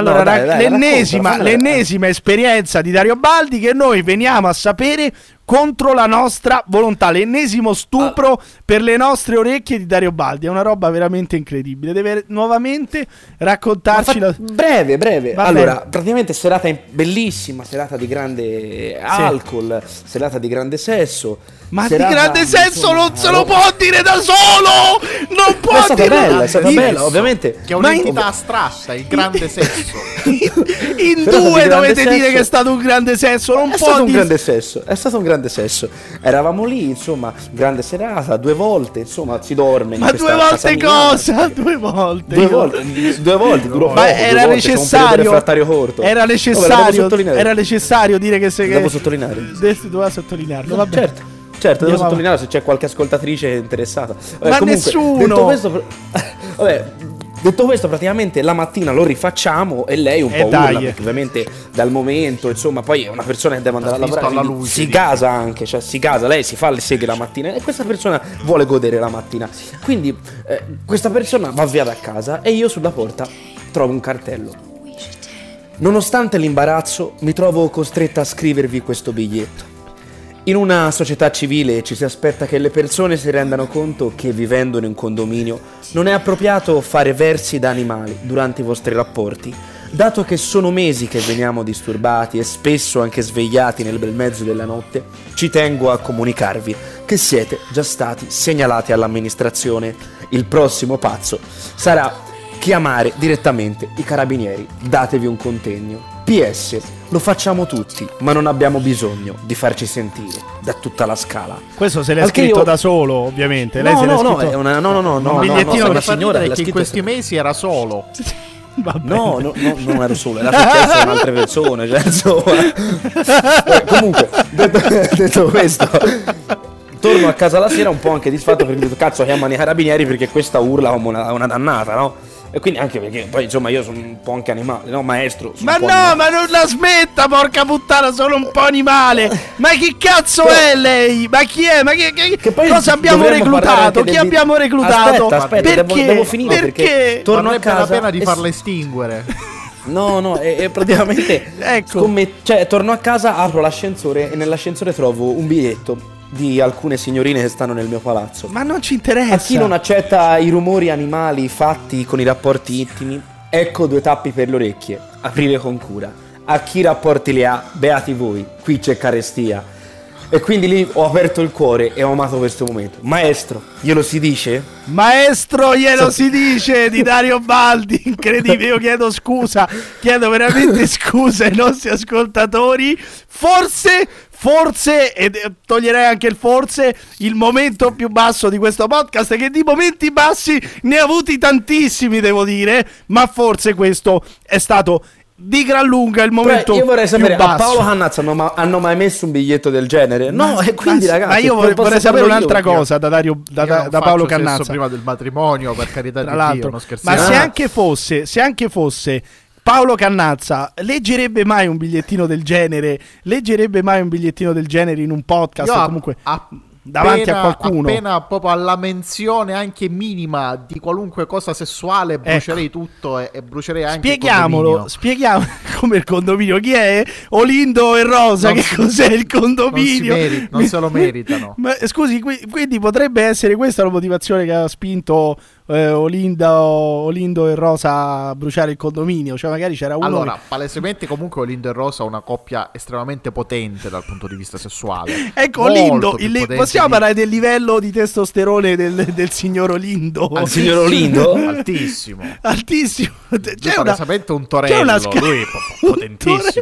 L'ennesima esperienza di Dario Baldi che noi veniamo a sapere contro la nostra volontà, l'ennesimo stupro per le nostre orecchie di Dario Baldi. È una roba veramente incredibile. Deve nuovamente raccontarci breve. Allora, praticamente bellissima serata di grande alcol, serata di grande sesso. Ma di grande sesso non se lo può dire da solo! Non può dire! È stata bella, ovviamente. Che è un'entità astratta, il grande sesso. In due dovete dire che è stato un grande sesso. È stato un grande sesso. Eravamo lì, insomma, grande serata, 2 volte, insomma, si dorme. Ma 2 volte cosa? 2 volte. 2 volte, durò poco. Ma era necessario. Era necessario dire che se. Devo sottolineare. Doveva sottolinearlo, vabbè. Certo, devo sottolineare se c'è qualche ascoltatrice interessata. Ma comunque, nessuno. Detto questo, praticamente la mattina lo rifacciamo e lei un po' urla, perché ovviamente dal momento, insomma, poi è una persona che deve andare a lavorare, si gasa anche, cioè si gasa, lei si fa le seghe la mattina e questa persona vuole godere la mattina. Quindi questa persona va via da casa e io sulla porta trovo un cartello. Nonostante l'imbarazzo, mi trovo costretta a scrivervi questo biglietto. In una società civile ci si aspetta che le persone si rendano conto che vivendo in un condominio non è appropriato fare versi da animali durante i vostri rapporti, dato che sono mesi che veniamo disturbati e spesso anche svegliati nel bel mezzo della notte. Ci tengo a comunicarvi che siete già stati segnalati all'amministrazione. Il prossimo passo sarà chiamare direttamente i carabinieri. Datevi un contegno. PS, lo facciamo tutti, ma non abbiamo bisogno di farci sentire da tutta la scala. Questo se l'è scritto da solo, ovviamente. Lei se l'è scritto... un bigliettino una signora che in questi mesi era solo. No, non ero solo, era successo con altre persone, cioè, insomma. Comunque, detto questo, torno a casa la sera un po' anche disfatto perché ho detto cazzo, chiamano i carabinieri perché questa urla come una dannata, no? E quindi anche perché poi insomma io sono un po' anche animale, no maestro? Ma no, ma non la smetta, porca puttana, sono un po' animale. Ma chi cazzo è lei? Ma chi è? Ma che poi cosa abbiamo reclutato? Chi abbiamo reclutato? Aspetta, devo finire perché torno a casa. La pena di farla estinguere. No, e praticamente ecco. Torno a casa, apro l'ascensore e nell'ascensore trovo un biglietto di alcune signorine che stanno nel mio palazzo. Ma non ci interessa. A chi non accetta i rumori animali fatti con i rapporti intimi, ecco 2 tappi per le orecchie, aprire con cura. A chi rapporti li ha, beati voi, qui c'è carestia. E quindi lì ho aperto il cuore e ho amato questo momento. Maestro, glielo si dice? Maestro, glielo si dice di Dario Baldi. Incredibile, io chiedo chiedo veramente scusa ai nostri ascoltatori. Forse, e toglierei anche il forse, il momento più basso di questo podcast, che di momenti bassi ne ha avuti tantissimi, devo dire, ma forse questo è stato di gran lunga il momento. Io vorrei sapere, più basso. a Paolo Cannazza hanno mai messo un biglietto del genere? No, e quindi ragazzi, ma io vorrei sapere un'altra cosa da Paolo Cannazza. Prima del matrimonio, per carità tra di l'altro, Dio, non scherziamo. ma se anche fosse Paolo Cannazza, leggerebbe mai un bigliettino del genere? Leggerebbe mai un bigliettino del genere in un podcast o comunque davanti a qualcuno? Appena proprio alla menzione anche minima di qualunque cosa sessuale brucerei tutto e brucerei anche il condominio. Spieghiamo come il condominio. Chi è? Olindo e Rosa, che cos'è il condominio? Non se lo meritano. Ma scusi, quindi potrebbe essere questa la motivazione che ha spinto Olindo e Rosa a bruciare il condominio? Cioè magari c'era uno. Allora, palesemente comunque Olindo e Rosa una coppia estremamente potente dal punto di vista sessuale. Ecco, Olindo, possiamo parlare del livello di testosterone del signor Olindo? Al signor Olindo? Altissimo. C'è un torello, lui è potentissimo.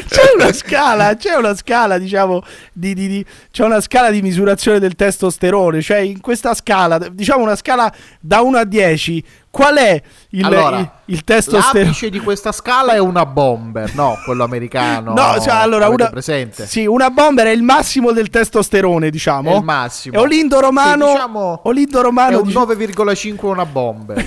C'è una scala, diciamo, c'è una scala di misurazione del testosterone, cioè in questa scala, diciamo una scala da 1 a 10, qual è il testosterone? L'apice di questa scala è una bomber, no, quello americano. No, cioè allora presente? Sì, una bomber è il massimo del testosterone, diciamo. È il massimo. E Olindo Romano, sì, diciamo, è un 9,5 una bomber.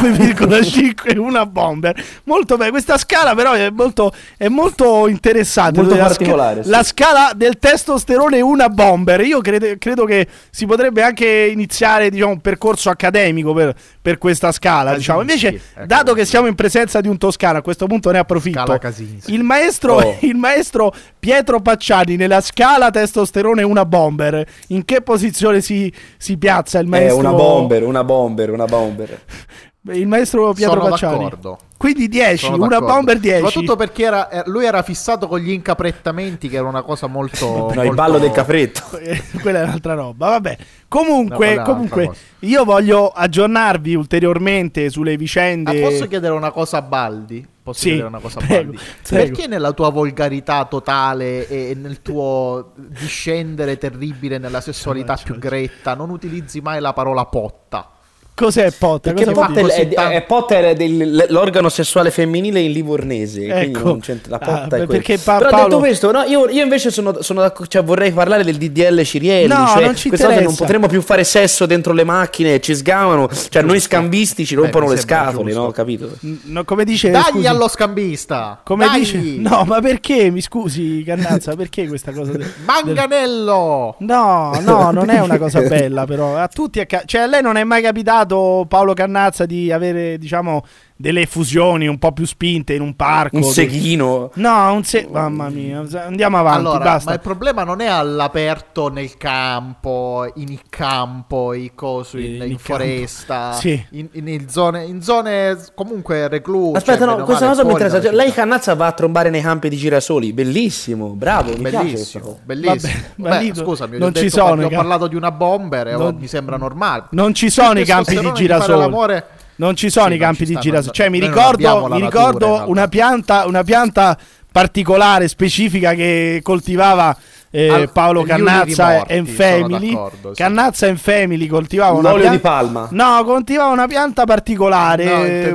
9,5 una bomber. Molto bene, questa scala però è molto interessante, molto particolare. La scala del testosterone una bomber. Io credo che si potrebbe anche iniziare, diciamo, un percorso accademico per questa scala, diciamo. Invece, dato che siamo in presenza di un toscano, a questo punto ne approfitto. Il maestro Pietro Pacciani nella scala testosterone una bomber, in che posizione si piazza il maestro? Una bomber. Il maestro Pietro Pacciani. Sono d'accordo. Quindi 10, una bomber 10. Soprattutto perché lui era fissato con gli incaprettamenti, che era una cosa molto... il ballo del capretto. Quella è un'altra roba, vabbè. Comunque io voglio aggiornarvi ulteriormente sulle vicende. Posso chiedere una cosa a Baldi? Prego. Perché nella tua volgarità totale e nel tuo discendere terribile nella sessualità più gretta non utilizzi mai la parola potta? Cos'è Potter? Perché Potter è l'organo sessuale femminile in livornese. Ecco. Quindi non c'è la potta è perché Però Paolo... detto questo, no, io invece sono cioè, vorrei parlare del DDL Cirielli. No, cioè, non ci quest'oggi non potremmo più fare sesso dentro le macchine, ci sgamano. Cioè, noi scambisti ci rompono le scatole, no? Capito? No, come dice, dagli scusi, allo scambista. Come dagli. dice? No, ma perché? Mi scusi, Cannazza, perché questa cosa? Manganello! No, non è una cosa bella, però. A tutti cioè, a lei non è mai capitato, Paolo Cannazza, di avere, diciamo, delle effusioni un po' più spinte in un parco. Un seghino. No, mamma mia, andiamo avanti, allora, basta. Ma il problema non è all'aperto nel campo, in campo, in foresta, sì. in zone comunque recluse. Aspetta, no, questa cosa mi interessa. Cioè, lei Cannazza va a trombare nei campi di girasoli, bellissimo, bravo, bellissimo. Beh, scusami, non ci sono. Ho parlato di una bomber, mi sembra normale. Non ci sono i campi di girasoli. Non ci sono i campi di girasoli. Cioè, mi ricordo una pianta particolare, specifica che coltivava Paolo Cannazza and Family. Cannazza and Family coltivava una l'olio di palma. No, coltivava una pianta particolare,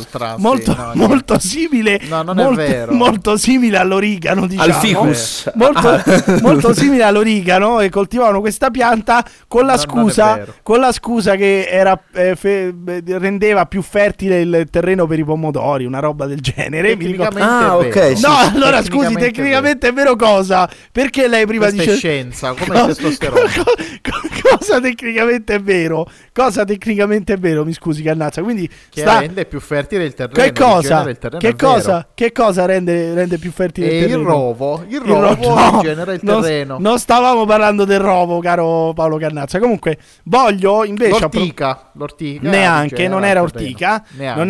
molto simile. No, non è vero. Molto simile all'origano, diciamo. Al ficus. Molto simile all'origano, e coltivavano questa pianta con la scusa che era rendeva più fertile il terreno per i pomodori, una roba del genere. Ok. No, allora scusi, tecnicamente è vero cosa? Perché lei prima dice scienza, come il testosterone. Cosa tecnicamente è vero? Cosa tecnicamente è vero? Mi scusi, Cannazza. Quindi rende più fertile il terreno. Che cosa rende più fertile il terreno? Il rovo rigenera il terreno. Non stavamo parlando del rovo, caro Paolo Cannazza. Comunque voglio invece l'ortica neanche, non era ortica.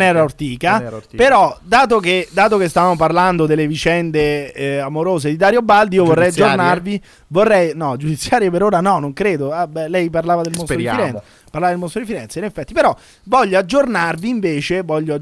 Però dato che stavamo parlando delle vicende amorose di Dario Baldi, io vorrei aggiornarvi. Giudiziarie per ora no, non credo. Lei parlava del mostro di Firenze, in effetti. Però voglio aggiornarvi invece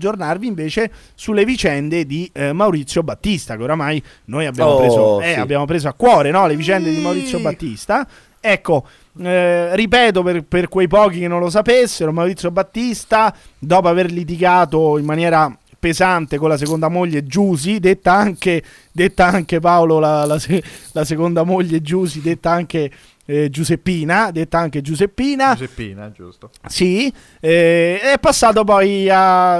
sulle vicende di Maurizio Battista, che oramai noi abbiamo preso a cuore, no? Le vicende di Maurizio Battista. Ecco, ripeto per quei pochi che non lo sapessero, Maurizio Battista, dopo aver litigato in maniera pesante con la seconda moglie Giusy, detta anche Paolo la seconda moglie Giusy, detta anche Giuseppina, giusto. Sì, è passato poi a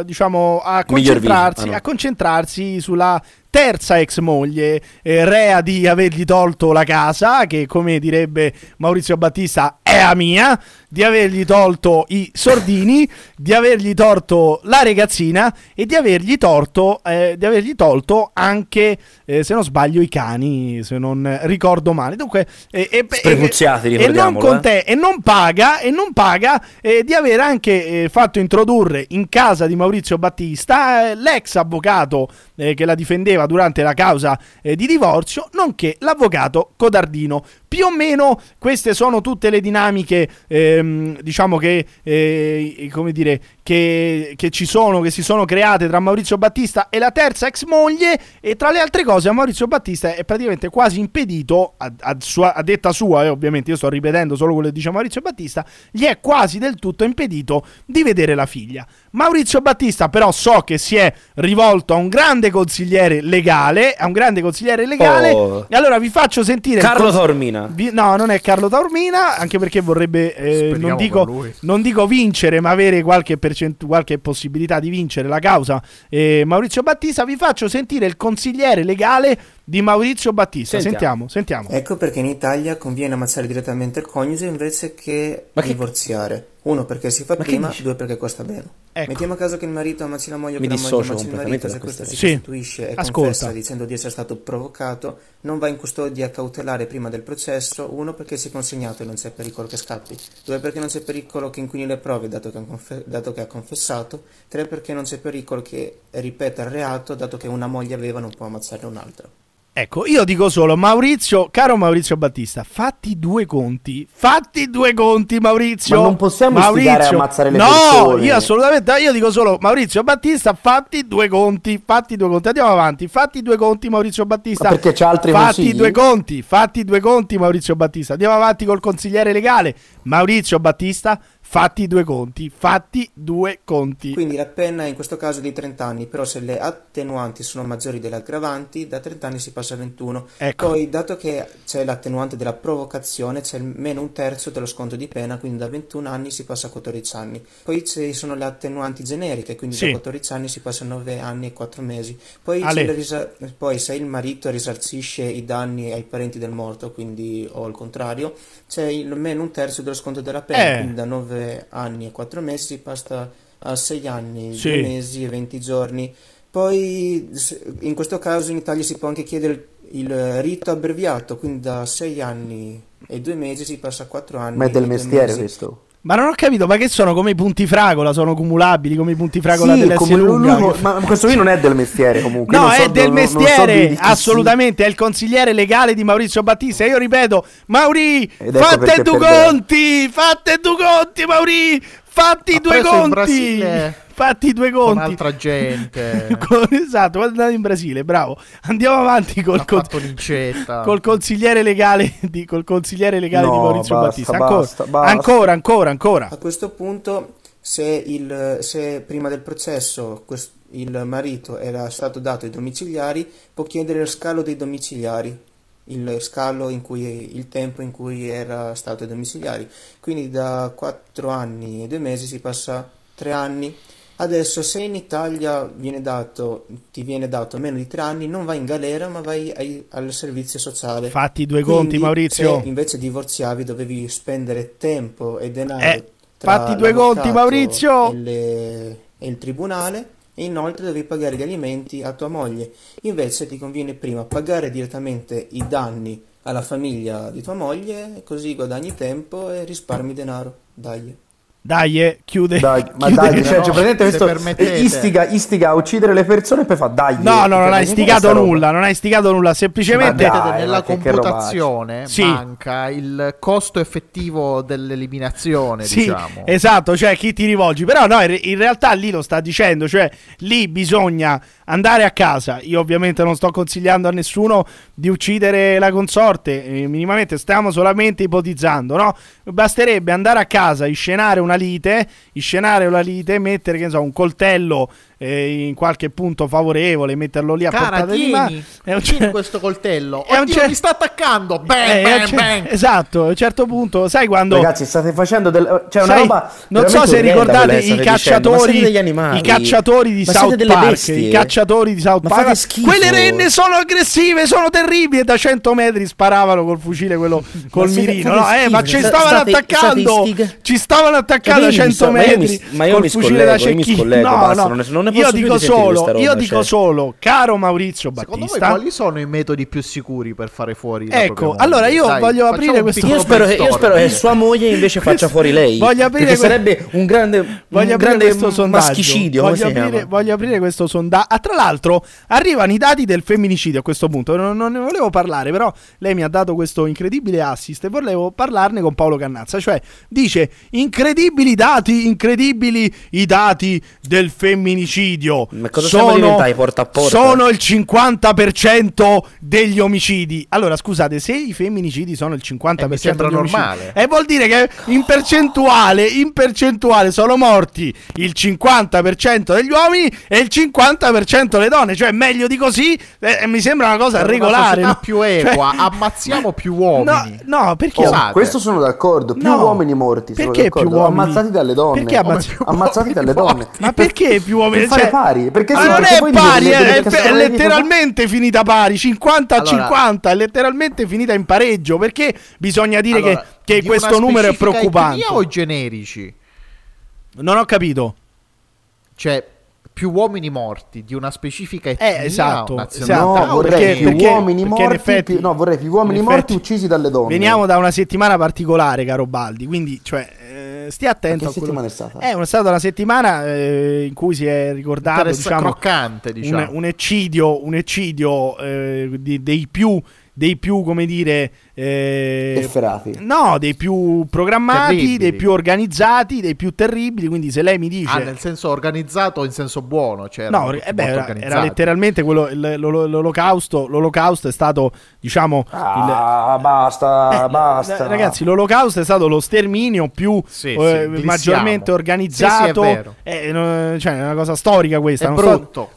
concentrarsi sulla terza ex moglie, rea di avergli tolto la casa, che come direbbe Maurizio Battista è a mia, di avergli tolto i sordini, di avergli tolto la ragazzina e di avergli tolto anche, se non sbaglio, i cani, se non ricordo male. Dunque spremuziati, ricordiamolo, e non paga di aver anche fatto introdurre in casa di Maurizio Battista l'ex avvocato che la difendeva durante la causa di divorzio, nonché l'avvocato Codardino. Più o meno queste sono tutte le dinamiche, diciamo che ci sono, che si sono create tra Maurizio Battista e la terza ex moglie. E tra le altre cose, a Maurizio Battista è praticamente quasi impedito, a detta sua, ovviamente io sto ripetendo solo quello che dice Maurizio Battista, gli è quasi del tutto impedito di vedere la figlia. Maurizio Battista però so che si è rivolto a un grande consigliere legale, e allora vi faccio sentire Carlo Taormina. No, non è Carlo Taormina, anche perché vorrebbe non dico vincere, ma avere qualche possibilità di vincere la causa Maurizio Battista. Vi faccio sentire il consigliere legale di Maurizio Battista. Sentiamo. Ecco perché in Italia conviene ammazzare direttamente il coniuge invece che divorziare. 1 perché si fa prima, 2 perché costa meno. Ecco. Mettiamo a caso che il marito ammazzi la moglie, che la moglie ammazzi il marito, se questo si costituisce e confessa dicendo di essere stato provocato, non va in custodia cautelare prima del processo. 1 perché si è consegnato e non c'è pericolo che scappi. 2 perché non c'è pericolo che inquini le prove dato che ha confessato. 3 perché non c'è pericolo che ripeta il reato dato che una moglie aveva non può ammazzare un'altra. Ecco, io dico solo, caro Maurizio Battista, fatti due conti, Maurizio. Ma non possiamo istigare a ammazzare le persone. No, io dico solo, Maurizio Battista, fatti due conti, andiamo avanti, fatti due conti, Maurizio Battista. Ma perché c'è altri consigli? Fatti due conti, Maurizio Battista, andiamo avanti col consigliere legale, Maurizio Battista. Fatti due conti. Quindi la pena in questo caso è di 30 anni, però se le attenuanti sono maggiori delle aggravanti, da 30 anni si passa a 21. Ecco. Poi, dato che c'è l'attenuante della provocazione, c'è meno 1/3 dello sconto di pena, quindi da 21 anni si passa a 14 anni. Poi ci sono le attenuanti generiche, quindi da 14 anni si passa a 9 anni e 4 mesi. Poi, poi se il marito risarcisce i danni ai parenti del morto, quindi o il contrario, c'è il meno 1/3 dello sconto della pena, quindi da 9 anni e 4 mesi si passa a 6 anni, 2 mesi e 20 giorni. Poi in questo caso in Italia si può anche chiedere il rito abbreviato, quindi da 6 anni e 2 mesi si passa a 4 anni. Ma è del mestiere questo? Ma non ho capito, ma che sono come i punti fragola? Sono cumulabili come i punti fragola dell'S lunga? Ma questo qui non è del mestiere comunque. No, è del mestiere, assolutamente, è il consigliere legale di Maurizio Battista. E io ripeto, Mauri, fate due conti, Mauri, fatti due conti. Fatti 2 conti con altra gente. Esatto, quando andate in Brasile, bravo. Andiamo avanti col consigliere legale di Maurizio Battista. Ancora. A questo punto, se prima del processo il marito era stato dato ai domiciliari, può chiedere il scalo dei domiciliari, il scalo il tempo in cui era stato ai domiciliari. Quindi da 4 anni e 2 mesi si passa a 3 anni. Adesso, se in Italia ti viene dato meno di 3 anni, non vai in galera, ma vai al servizio sociale. Fatti 2 conti, Maurizio. Se invece divorziavi, dovevi spendere tempo e denaro fatti 2 conti, Maurizio. E il tribunale, e inoltre devi pagare gli alimenti a tua moglie. Invece ti conviene prima pagare direttamente i danni alla famiglia di tua moglie, così guadagni tempo e risparmi denaro. Chiude. Istiga a uccidere le persone e poi fa dai. No, non ha istigato nulla, semplicemente nella computazione manca il costo effettivo dell'eliminazione, diciamo. Esatto, cioè chi ti rivolgi. Però no, in realtà lì lo sta dicendo, cioè lì bisogna andare a casa. Io ovviamente non sto consigliando a nessuno di uccidere la consorte, minimamente, stiamo solamente ipotizzando, no? Basterebbe andare a casa, inscenare una lite, mettere, che ne so, un coltello in qualche punto favorevole, metterlo lì a portata di mano. Tieni questo coltello. Oddio, mi sta attaccando. Bang. Esatto, a un certo punto, sai quando, ragazzi, state facendo una roba. Non so se ricordate i cacciatori di South Park. I cacciatori di South Park. Quelle renne sono aggressive, sono terribili. E da 100 metri sparavano col fucile, quello col mirino. Ma ci stavano attaccando. Ci stavano attaccando a 100 metri. Ma io mi scollego. Io dico solo, caro Maurizio Battista, secondo voi quali sono i metodi più sicuri per fare fuori la ecco, allora io voglio aprire questo. Io spero che sua moglie invece faccia fuori lei. Voglio aprire sarebbe un grande maschicidio. Voglio aprire questo sondaggio. Tra l'altro arrivano i dati del femminicidio a questo punto. Non ne volevo parlare, però lei mi ha dato questo incredibile assist e volevo parlarne con Paolo Cannazza. Cioè, dice incredibili i dati del femminicidio. Ma cosa siamo diventati porta a porta? Sono il 50% degli omicidi. Allora, scusate, se i femminicidi sono il 50% mi sembra degli normale. omicidi, vuol dire che in percentuale sono morti il 50% degli uomini e il 50% delle donne. Cioè, meglio di così, mi sembra una cosa regolare. Una più equa, ammazziamo più uomini. No, perché? Questo sono d'accordo. Più uomini morti. Perché più uomini? Ammazzati dalle donne. Perché ammazzati dalle donne? Ma perché più uomini? Fare pari, perché non è pari, è letteralmente finita pari, 50-50, è letteralmente finita in pareggio, perché bisogna dire che questo numero è preoccupante. O generici? Non ho capito. Cioè, più uomini morti di una specifica etnia. Esatto. Vorrei più uomini morti uccisi dalle donne. Veniamo da una settimana particolare, caro Baldi, quindi stia attento. Che settimana è stata? È stata una settimana in cui si è ricordato, croccante, un eccidio dei più, come dire, efferati. No, dei più programmati, terribili, dei più organizzati, dei più terribili. Quindi se lei mi dice nel senso organizzato, in senso buono, cioè era letteralmente quello, l'olocausto è stato, diciamo, basta ragazzi, l'olocausto è stato lo sterminio più maggiormente organizzato, cioè è una cosa storica questa. Brutto,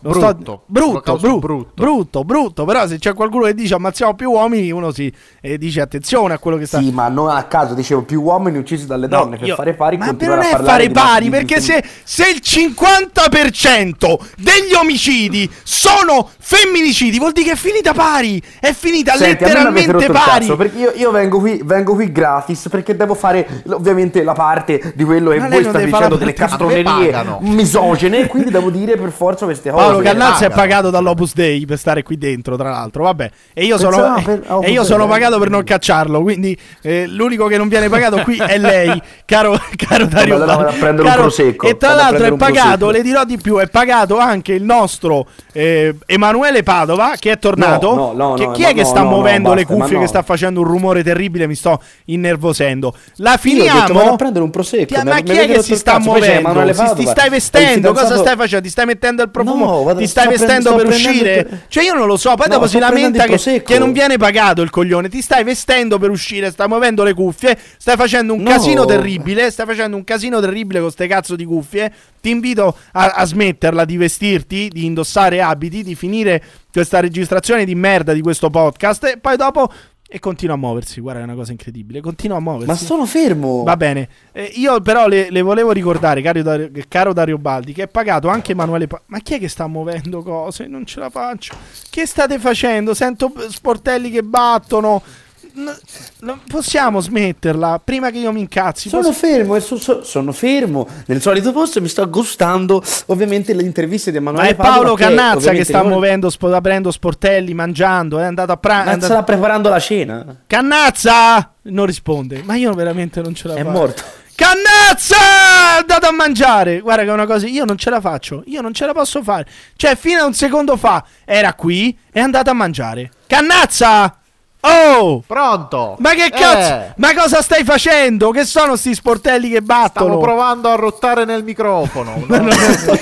però se c'è qualcuno che dice ammazziamo più uomini, uno si dice attenzione a quello che sta. Sì, ma non a caso dicevo più uomini uccisi dalle donne, per fare pari. Ma non è fare pari, perché se il 50% degli omicidi sono femminicidi, vuol dire che è finita pari, è finita. Senti, letteralmente pari. Cazzo, perché io vengo qui gratis perché devo fare ovviamente la parte di quello che voi state dicendo delle castronerie misogene, quindi devo dire per forza queste cose. Paolo Cannazza è pagato dall'Opus Dei per stare qui dentro, tra l'altro, vabbè. E io sono pagato per non cacciarlo, quindi l'unico che non viene pagato qui è lei, caro Dario Baldi. Un prosecco. E tra l'altro è pagato, le dirò di più, è pagato anche il nostro Emanuele Padova, che è tornato. Chi è che sta muovendo le cuffie, che sta facendo un rumore terribile? Mi sto innervosendo. La finiamo. Io a prendere un prosecco. Ma chi è che si sta muovendo? Ti stai vestendo? Cosa stai facendo? Ti stai mettendo il profumo? Ti stai vestendo per uscire? Cioè io non lo so. Poi dopo si lamenta che non viene pagato il coglione. Ti stai vestendo per uscire, stai muovendo le cuffie, stai facendo un casino terribile. Stai facendo un casino terribile con ste cazzo di cuffie. Ti invito a smetterla di vestirti, di indossare abiti, di finire questa registrazione di merda di questo podcast e poi dopo continua a muoversi. Guarda, è una cosa incredibile, continua a muoversi. Ma sono fermo. Va bene, io però le volevo ricordare, caro Dario Baldi, che è pagato anche Emanuele Ma chi è che sta muovendo cose? Non ce la faccio. Che state facendo? Sento sportelli che battono. Non possiamo smetterla prima che io mi incazzi. Sono fermo sono fermo nel solito posto, mi sto gustando ovviamente le interviste di Emanuele Padova. Ma è Paolo Cannazza che sta muovendo, aprendo sportelli, mangiando, è andato a pranzo. Sta preparando la cena. Cannazza non risponde, ma io veramente non ce la faccio. È morto. Cannazza è andato a mangiare. Guarda che è una cosa, io non ce la faccio, io non ce la posso fare. Cioè fino a un secondo fa era qui, è andato a mangiare. Cannazza! Oh! Pronto? Ma che cazzo? Ma cosa stai facendo? Che sono sti sportelli che battono? Stavo provando a rottare nel microfono. Non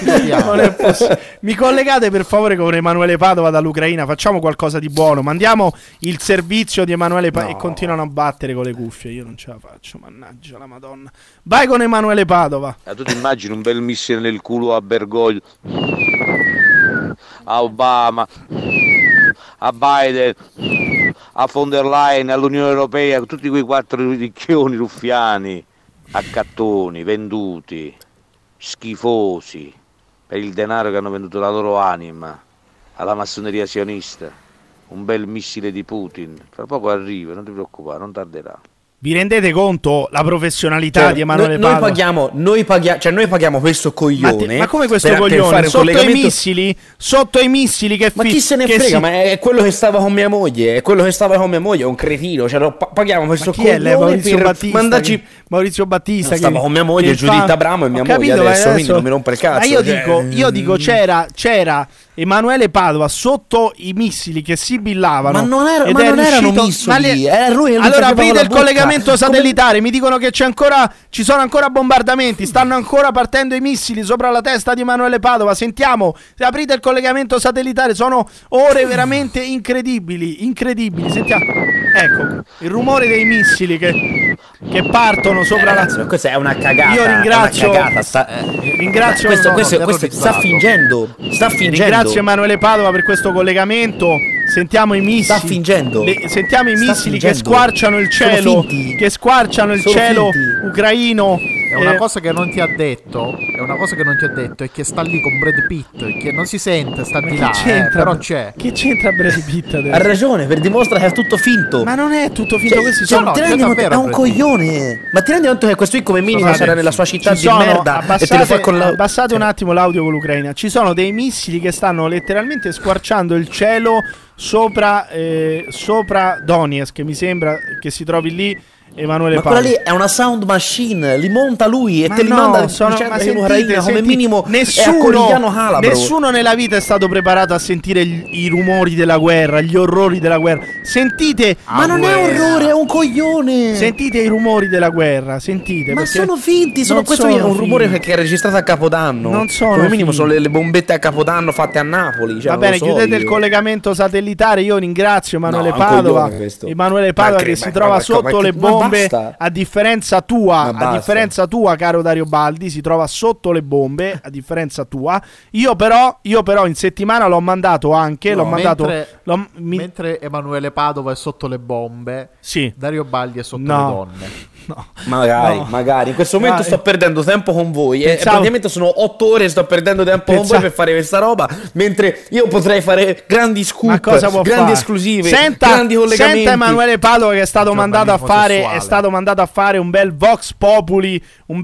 è possibile. Mi collegate per favore con Emanuele Padova dall'Ucraina. Facciamo qualcosa di buono. Mandiamo il servizio di Emanuele Padova. E continuano a battere con le cuffie. Io non ce la faccio, mannaggia la Madonna. Vai con Emanuele Padova. Tu ti immagini un bel missile nel culo a Bergoglio, a Obama, a Biden, a von der Leyen, all'Unione Europea, tutti quei 4 ricchioni ruffiani, accattoni, venduti, schifosi, per il denaro che hanno venduto la loro anima alla massoneria sionista. Un bel missile di Putin, fra poco arriva, non ti preoccupare, non tarderà. Vi rendete conto la professionalità di Emanuele Padova? Noi paghiamo questo coglione. Ma come questo coglione? Sotto i missili che ma chi se ne frega? Ma è quello che stava con mia moglie. È un cretino. Cioè, paghiamo questo coglione per mandarci. Maurizio Battista. Stava con mia moglie, Giuditta Abramo e mia moglie adesso, quindi non mi rompe il cazzo. Ma io dico c'era Emanuele Padova sotto i missili che sibillavano. Ma non erano missili. Allora aprite il collegamento satellitare. Mi dicono che ci sono ancora bombardamenti. Stanno ancora partendo i missili sopra la testa di Emanuele Padova. Sentiamo. Se aprite il collegamento satellitare, sono ore veramente incredibili. Sentiamo. Ecco il rumore dei missili che partono sopra la. Questa è una cagata. Io ringrazio. Ringrazio. Questo sta fingendo. Ringrazio Emanuele Padova per questo collegamento. Sentiamo i missili. Sta fingendo. Sentiamo i missili che squarciano il cielo. Che squarciano il cielo ucraino. È una cosa che non ti ha detto. È che sta lì con Brad Pitt. Che non si sente, sta di là. Però c'è. Che c'entra Brad Pitt adesso? Ha ragione, per dimostrare che è tutto finto. Ma non è tutto finto. Questi sono. È un coglione. Ma ti rendi conto che questo qui come minimo sarà nella sua città di merda? Abbassate un attimo l'audio con l'Ucraina. Ci sono dei missili che stanno letteralmente squarciando il cielo sopra Donetsk, mi sembra che si trovi lì Emanuele Padova. Ma quella lì è una sound machine, li monta lui e te li manda come minimo. Nessuno nella vita è stato preparato a sentire i rumori della guerra, gli orrori della guerra. Sentite, ma non è orrore, è un coglione. Sentite i rumori della guerra, sentite. Ma sono finti, questo è un rumore che è registrato a Capodanno. Non sono come minimo sono le bombette a Capodanno fatte a Napoli. Va bene, chiudete il collegamento satellitare. Io ringrazio Emanuele Padova. Emanuele Padova che si trova sotto le bombe. bombe, basta. a differenza tua, caro Dario Baldi, si trova sotto le bombe, a differenza tua. Io però in settimana l'ho mandato anche, mentre Emanuele Padova è sotto le bombe, sì. Dario Baldi è sotto le donne. No. Magari in questo momento sto perdendo tempo con voi e praticamente sono 8 ore che sto perdendo tempo con voi per fare questa roba, mentre io potrei fare grandi scoop, grandi esclusive, grandi collegamenti. Senta Emanuele Padova che è stato mandato a fare un bel Vox Populi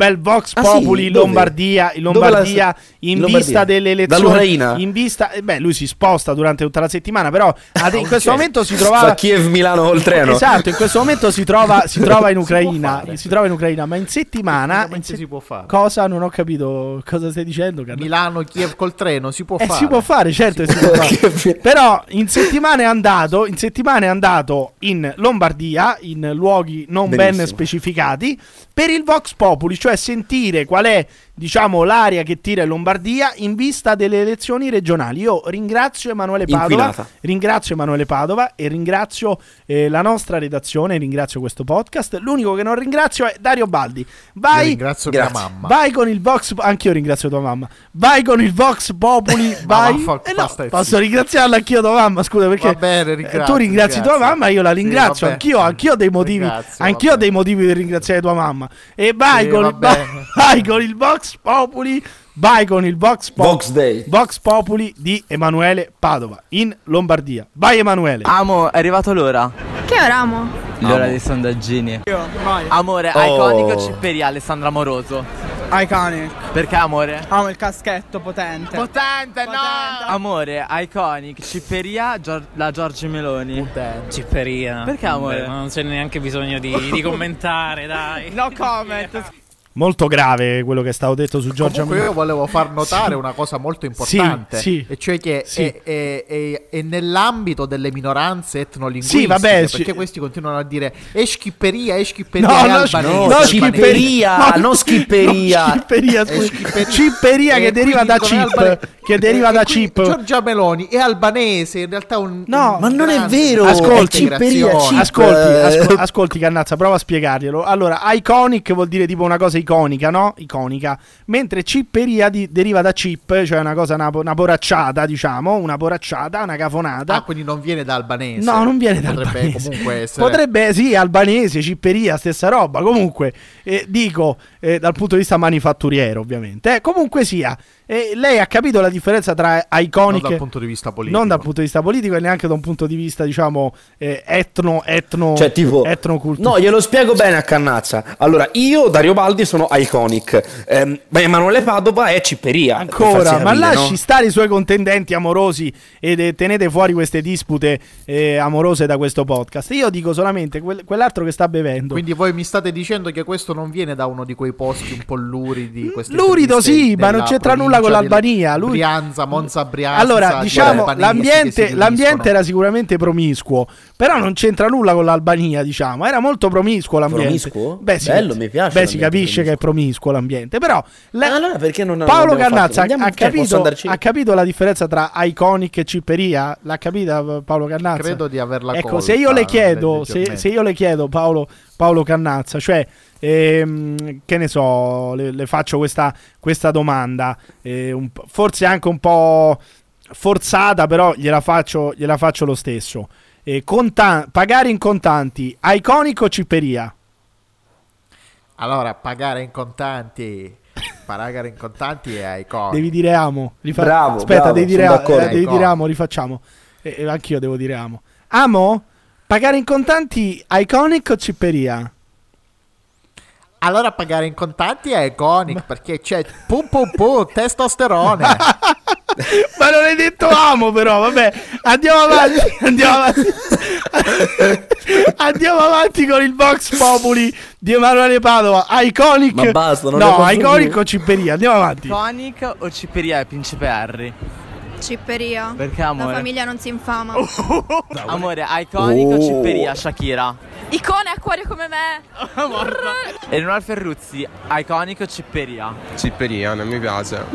in Lombardia, in vista delle elezioni, dall'Ucraina. Lui si sposta durante tutta la settimana, però in questo momento si trova da Kiev Milano col treno. Esatto, in questo momento si trova in Ucraina. Si trova in Ucraina, ma in settimana si può fare. Cosa? Non ho capito cosa stai dicendo, Carlo. Milano, Kiev col treno si può fare. Si può fare, certo si può fare. Però in settimana è andato in Lombardia, in luoghi non ben specificati, per il Vox Populi, cioè sentire qual è, diciamo, l'aria che tira in Lombardia in vista delle elezioni regionali. Io ringrazio Emanuele Padova e ringrazio la nostra redazione, ringrazio questo podcast. L'unico che non ringrazio è Dario Baldi. Ringrazio mia mamma. Vai con il Vox, anch'io ringrazio tua mamma. Vai con il Vox Populi, vai. Posso ringraziarla anch'io tua mamma, scusa, perché va bene, tu ringrazi tua mamma, io la ringrazio, anch'io ho dei motivi, ho dei motivi per ringraziare tua mamma. E vai con il Vox Populi, vai con il Vox Populi di Emanuele Padova in Lombardia. Vai Emanuele. Amo, è arrivato l'ora. Che ora, amo? L'ora dei sondaggini. Amore, iconico Cipperia, Alessandra Amoroso. Iconic. Perché amore? Amo il caschetto potente. Potente, no! Amore, iconic Cipperia, la Giorgia Meloni. Cipperia. Perché amore? Beh, ma non c'è neanche bisogno di commentare, dai. No comment. Molto grave quello che è stato detto su Giorgia Meloni. Io volevo far notare una cosa molto importante, e cioè che è nell'ambito delle minoranze etnolinguistiche, perché questi continuano a dire schipperia non schipperia Cipperia che deriva da chip, Giorgia Meloni è albanese, in realtà ma non è vero. Ascolti Cannazza, prova a spiegarglielo. Allora, iconic vuol dire tipo una cosa iconica, no? Iconica. Mentre cipperia deriva da chip, cioè una cosa, una poracciata, diciamo, una cafonata. Quindi non viene da albanese. No, non viene da albanese. Comunque essere. Potrebbe, sì, albanese, cipperia, stessa roba. Comunque, dico, dal punto di vista manifatturiero, ovviamente. Comunque sia, lei ha capito la differenza tra iconic, non dal punto di vista politico, non dal punto di vista politico e neanche da un punto di vista, diciamo, cioè tipo etnoculturale. No, glielo spiego bene a Cannazza. Allora, io Dario Baldi sono iconic, ma Emanuele Padova è cipperia. Ancora, capire, ma lasci stare i suoi contendenti amorosi e tenete fuori queste dispute amorose da questo podcast. Io dico solamente quell'altro che sta bevendo. Quindi voi mi state dicendo che questo non viene da uno di quei posti un po' luridi, lurido sì, ma non c'entra nulla con l'Albania. Brianza, Monza, Brianza. Allora, diciamo, l'ambiente era sicuramente promiscuo, però non c'entra nulla con l'Albania, diciamo. Era molto promiscuo l'ambiente. Promiscuo? Beh, sì, bello, mi piace. Beh, si capisce che è promiscuo l'ambiente, però allora perché non Paolo Cannazza ha capito la differenza tra iconic e cipperia? L'ha capita Paolo Cannazza? Credo di averla colta. Ecco, se io le chiedo Paolo Cannazza, cioè che ne so, le faccio questa domanda, forse anche un po' forzata, però gliela faccio lo stesso. Pagare in contanti, iconic o cipperia? Allora, pagare in contanti è iconico. Devi dire amo. Bravo. Aspetta, bravo, devi dire amo, rifacciamo. Anch'io devo dire amo. Amo? Pagare in contanti, iconic o cipperia? Allora pagare in contanti è iconic, perché c'è testosterone. Ma non hai detto amo, però vabbè, andiamo avanti con il Vox Populi di Emanuele Padova. Iconic. Ma basta, iconic o cipperia? Andiamo avanti. Iconic o cipperia è Principe Harry? Cipperia. Perché amore? La famiglia non si infama. Amore, iconic o cipperia? Shakira. Icone acquario come me. Eleonora Ferruzzi, iconic o cipperia? Cipperia, non mi piace.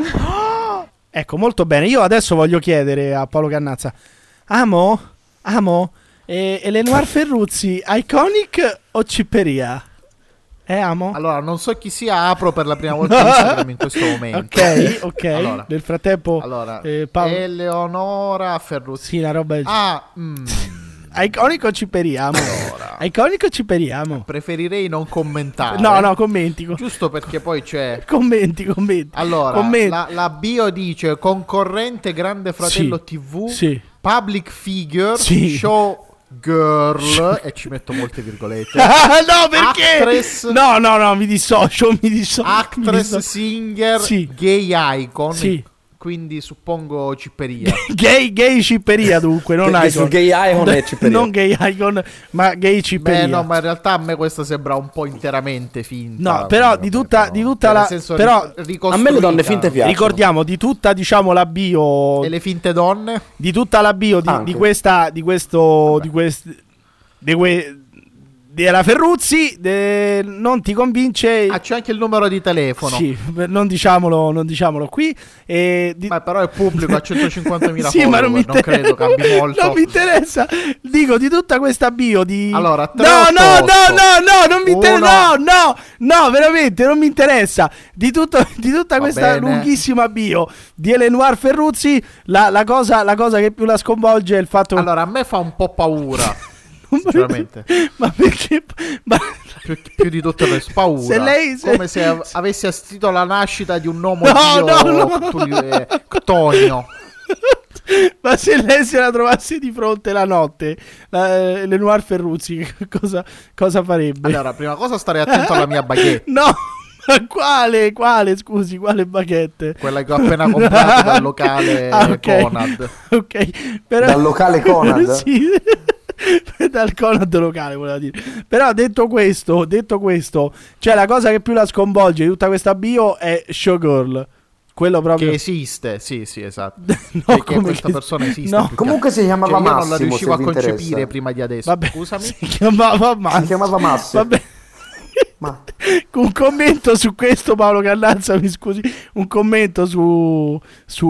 Ecco, molto bene. Io adesso voglio chiedere a Paolo Cannazza: amo? Lenoir Ferruzzi, Iconic o Cipperia? Amo? Allora, non so chi sia, apro per la prima volta Instagram in questo momento. Ok. Allora, nel frattempo Paolo... Eleonora Ferruzzi. Sì, una roba Iconic o Cipperia? Allora. Iconic o Cipperia? Preferirei non commentare. No, commenti. Giusto perché poi c'è... Commenti. Allora, la bio dice concorrente Grande Fratello TV, sì. Public figure, sì. Show girl, e ci metto molte virgolette. No, perché? Actress, no, mi dissocio. Actress, singer, sì. Gay icon. Sì. Quindi suppongo Cipperia. Gay Cipperia, dunque, non Icon. Gay Icon e Cipperia. Non Gay Icon, ma Gay Cipperia. No, ma in realtà a me questa sembra un po' interamente finta. No, però di tutta la... Però a me le donne finte piacciono. Ricordiamo, di tutta, diciamo, la bio... E le finte donne? Di tutta la bio della Ferruzzi, non ti convince. C'è anche il numero di telefono. Sì, non diciamolo qui. Ma però è pubblico, a 150.000 sì, ma non credo cambi molto. Non mi interessa. Dico di tutta questa bio di. Allora, no, non mi interessa. No, veramente non mi interessa. Di tutta questa lunghissima bio di Lenoir Ferruzzi, la cosa che più la sconvolge è il fatto. Allora, a me fa un po' paura. Sinceramente. Ma perché? Più di tutto per paura. Come se avessi assistito alla nascita di un uomo Ctonio. Ma se lei se la trovasse di fronte la notte, Lenoir Ferruzzi, cosa farebbe? Allora, prima cosa starei attento alla mia baguette. No, quale? Scusi, quale baguette? Quella che ho appena comprato dal locale Conad. Ok, però... Dal locale Conad? Sì. Dal Conad locale, voleva dire. Però detto questo, cioè la cosa che più la sconvolge di tutta questa bio è Showgirl. Quello proprio che esiste, sì, esatto. Perché questa persona esiste. No. Comunque si chiamava Massimo. Io non la riuscivo a concepire prima di adesso. Vabbè, scusami. Si chiamava Massimo. Vabbè. Ma un commento su questo, Paolo Cannazza, mi scusi, un commento sul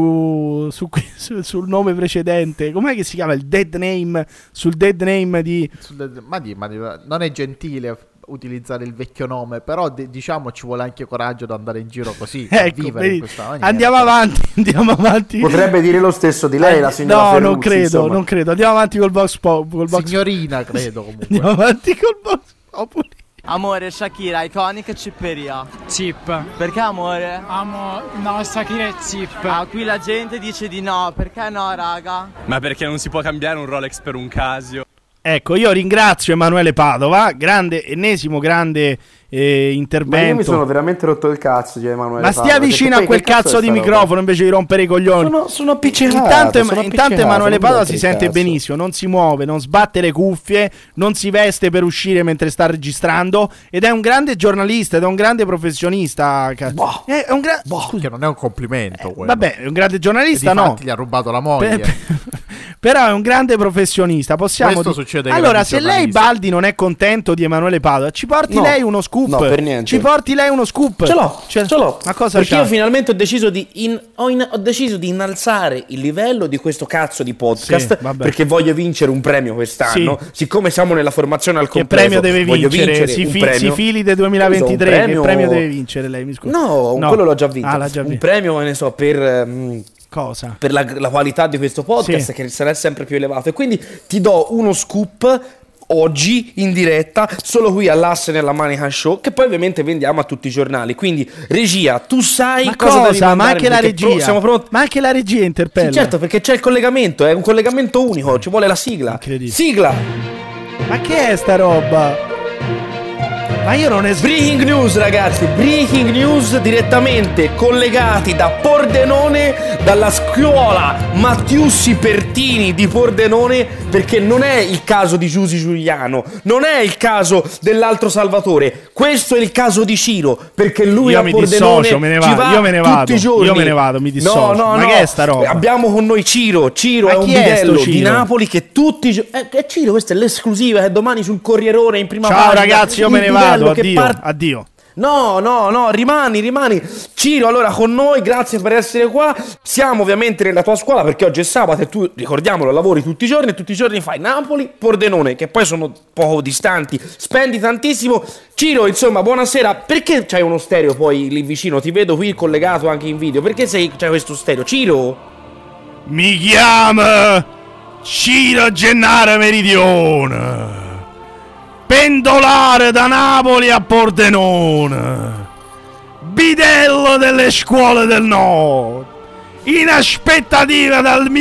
nome precedente. Com'è che si chiama il dead name? Sul dead name di ma non è gentile utilizzare il vecchio nome, però diciamo ci vuole anche coraggio da andare in giro così, ecco, vivere in questa maniera. Andiamo avanti. Potrebbe dire lo stesso di lei, la signora Ferruzzi, non credo. Andiamo avanti col box signorina, credo comunque. Andiamo avanti col box pop. Amore, Shakira, Iconic e Cipperia. Chip. Perché amore? No, Shakira e Chip. Qui la gente dice di no. Perché no, raga? Ma perché non si può cambiare un Rolex per un Casio? Ecco, io ringrazio Emanuele Padova, ennesimo grande intervento. Ma io mi sono veramente rotto il cazzo di Emanuele Padova. Ma stia vicino a quel cazzo di microfono invece di rompere i coglioni. Sono appiccicato. Intanto Emanuele Padova si sente benissimo, non si muove, non sbatte le cuffie, non si veste per uscire mentre sta registrando ed è un grande giornalista ed è un grande professionista. È un che non è un complimento. Vabbè, è un grande giornalista, no? Gli ha rubato la moglie. Però è un grande professionista. Possiamo allora, se lei Baldi non è contento di Emanuele Padova, ci porti lei uno scoop. No, per niente. Ci porti lei uno scoop. Ce l'ho. Ma cosa Perché io finalmente ho deciso di innalzare il livello di questo cazzo di podcast, perché voglio vincere un premio quest'anno. Siccome siamo nella formazione al completo, che premio deve vincere? Si fili del 2023. Che premio deve vincere lei? Mi scusi. No, quello l'ho già vinto. L'ha già vinto. Un premio, ne so, per cosa? Per la qualità di questo podcast, che sarà sempre più elevato. E quindi ti do uno scoop oggi in diretta solo qui all'Asse nella Manica Show, che poi ovviamente vendiamo a tutti i giornali. Quindi regia, tu sai cosa devi mandare, ma anche la regia siamo pronti. Ma anche la regia interpella. Sì, certo, perché c'è il collegamento, è un collegamento unico, ci vuole la sigla. Sigla. Ma che è sta roba? Ma io non Breaking news, ragazzi, breaking news direttamente collegati da Pordenone, dalla scuola Mattiussi Pertini di Pordenone, perché non è il caso di Giusy Giuliano, non è il caso dell'altro Salvatore, questo è il caso di Ciro, perché lui a Pordenone ci va tutti i giorni. Io me ne vado, mi dissocio. No. Che è sta roba? Abbiamo con noi Ciro è un bidello di Napoli che tutti è Ciro, questa è l'esclusiva che domani sul Corrierone in prima pagina. Ciao ragazzi, io me ne vado. Addio. No, rimani. Ciro, allora con noi, grazie per essere qua. Siamo ovviamente nella tua scuola perché oggi è sabato e tu, ricordiamolo, lavori tutti i giorni e tutti i giorni fai Napoli, Pordenone, che poi sono poco distanti, spendi tantissimo. Ciro, insomma, buonasera. Perché c'hai uno stereo poi lì vicino? Ti vedo qui collegato anche in video. Perché c'hai questo stereo? Ciro? Mi chiama Ciro Gennaro Meridione, pendolare da Napoli a Pordenone, bidello delle scuole del nord, in aspettativa dal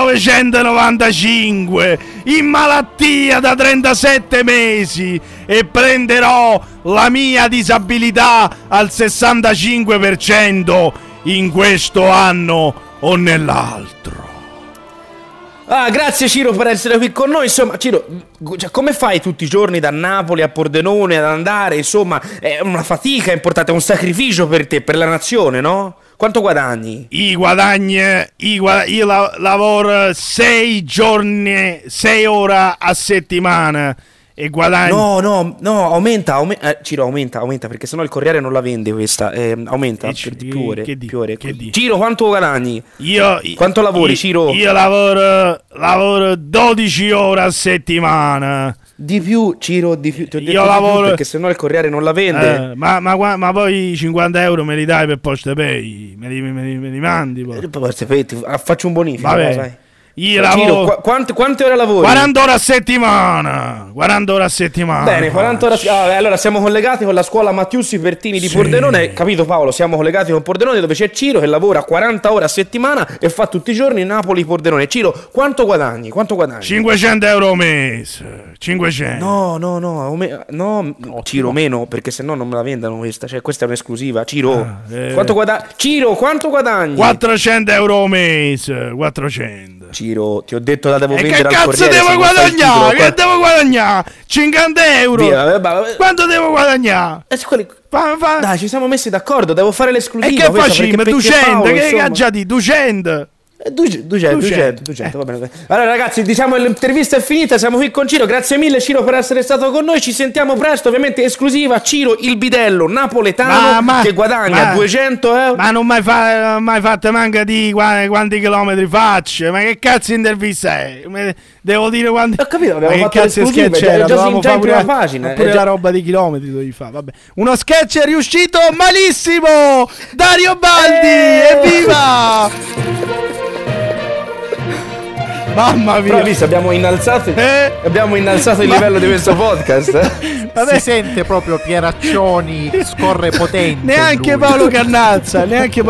1995, in malattia da 37 mesi e prenderò la mia disabilità al 65% in questo anno o nell'altro. Grazie Ciro per essere qui con noi. Insomma, Ciro, come fai tutti i giorni da Napoli a Pordenone ad andare? Insomma, è una fatica importante, è un sacrificio per te, per la nazione, no? Quanto guadagni? Io lavoro 6 giorni, 6 ore a settimana e guadagno. No, aumenta, Ciro, aumenta, perché sennò il Corriere non la vende questa. Aumenta per più ore. Ciro, quanto guadagni? Quanto lavori, Ciro? Io lavoro 12 ore a settimana. Di più, Ciro, di più. Ti ho detto io lavoro perché sennò il Corriere non la vende. Ma poi 50 euro me li dai per Postepay? Me li mandi poi? Faccio un bonifico. Vabbè. Vai. Io lavoro. Quante ore lavori? 40 ore a settimana. 40 ore a settimana. Bene, 40 ore. Allora siamo collegati con la scuola Mattiussi Pertini di Pordenone. Capito, Paolo? Siamo collegati con Pordenone, dove c'è Ciro che lavora 40 ore a settimana e fa tutti i giorni Napoli-Pordenone. Ciro, quanto guadagni? 500 euro al mese. 500. No, Ciro, meno, perché sennò non me la vendono questa. Cioè, questa è un'esclusiva. Ciro, quanto guadagni? Ciro, quanto guadagni? 400 euro al mese. 400. Ciro, ti ho detto la devo vendere al Corriere. Che cazzo devo guadagnare? Che devo guadagnare? 50 euro. Quanto devo guadagnare? Dai, ci siamo messi d'accordo, devo fare l'esclusiva. E che facciamo? 200? Che ha già di 200? 200, va bene. Allora ragazzi, diciamo l'intervista è finita, siamo qui con Ciro. Grazie mille Ciro per essere stato con noi. Ci sentiamo presto, ovviamente esclusiva. Ciro il bidello napoletano che guadagna 200 euro. Ma non mai fatto manca di quanti chilometri faccio. Ma che cazzo intervista è? Devo dire quanti. Ho capito, abbiamo fatto sketch era già in prima pagina. Pure la roba di chilometri dovevi fare. Vabbè. Uno sketch è riuscito malissimo. Dario Baldi, evviva! Mamma mia. Però visto, abbiamo innalzato il livello di questo podcast. Si sente proprio Pieraccioni, scorre potente. Neanche Paolo Cannazza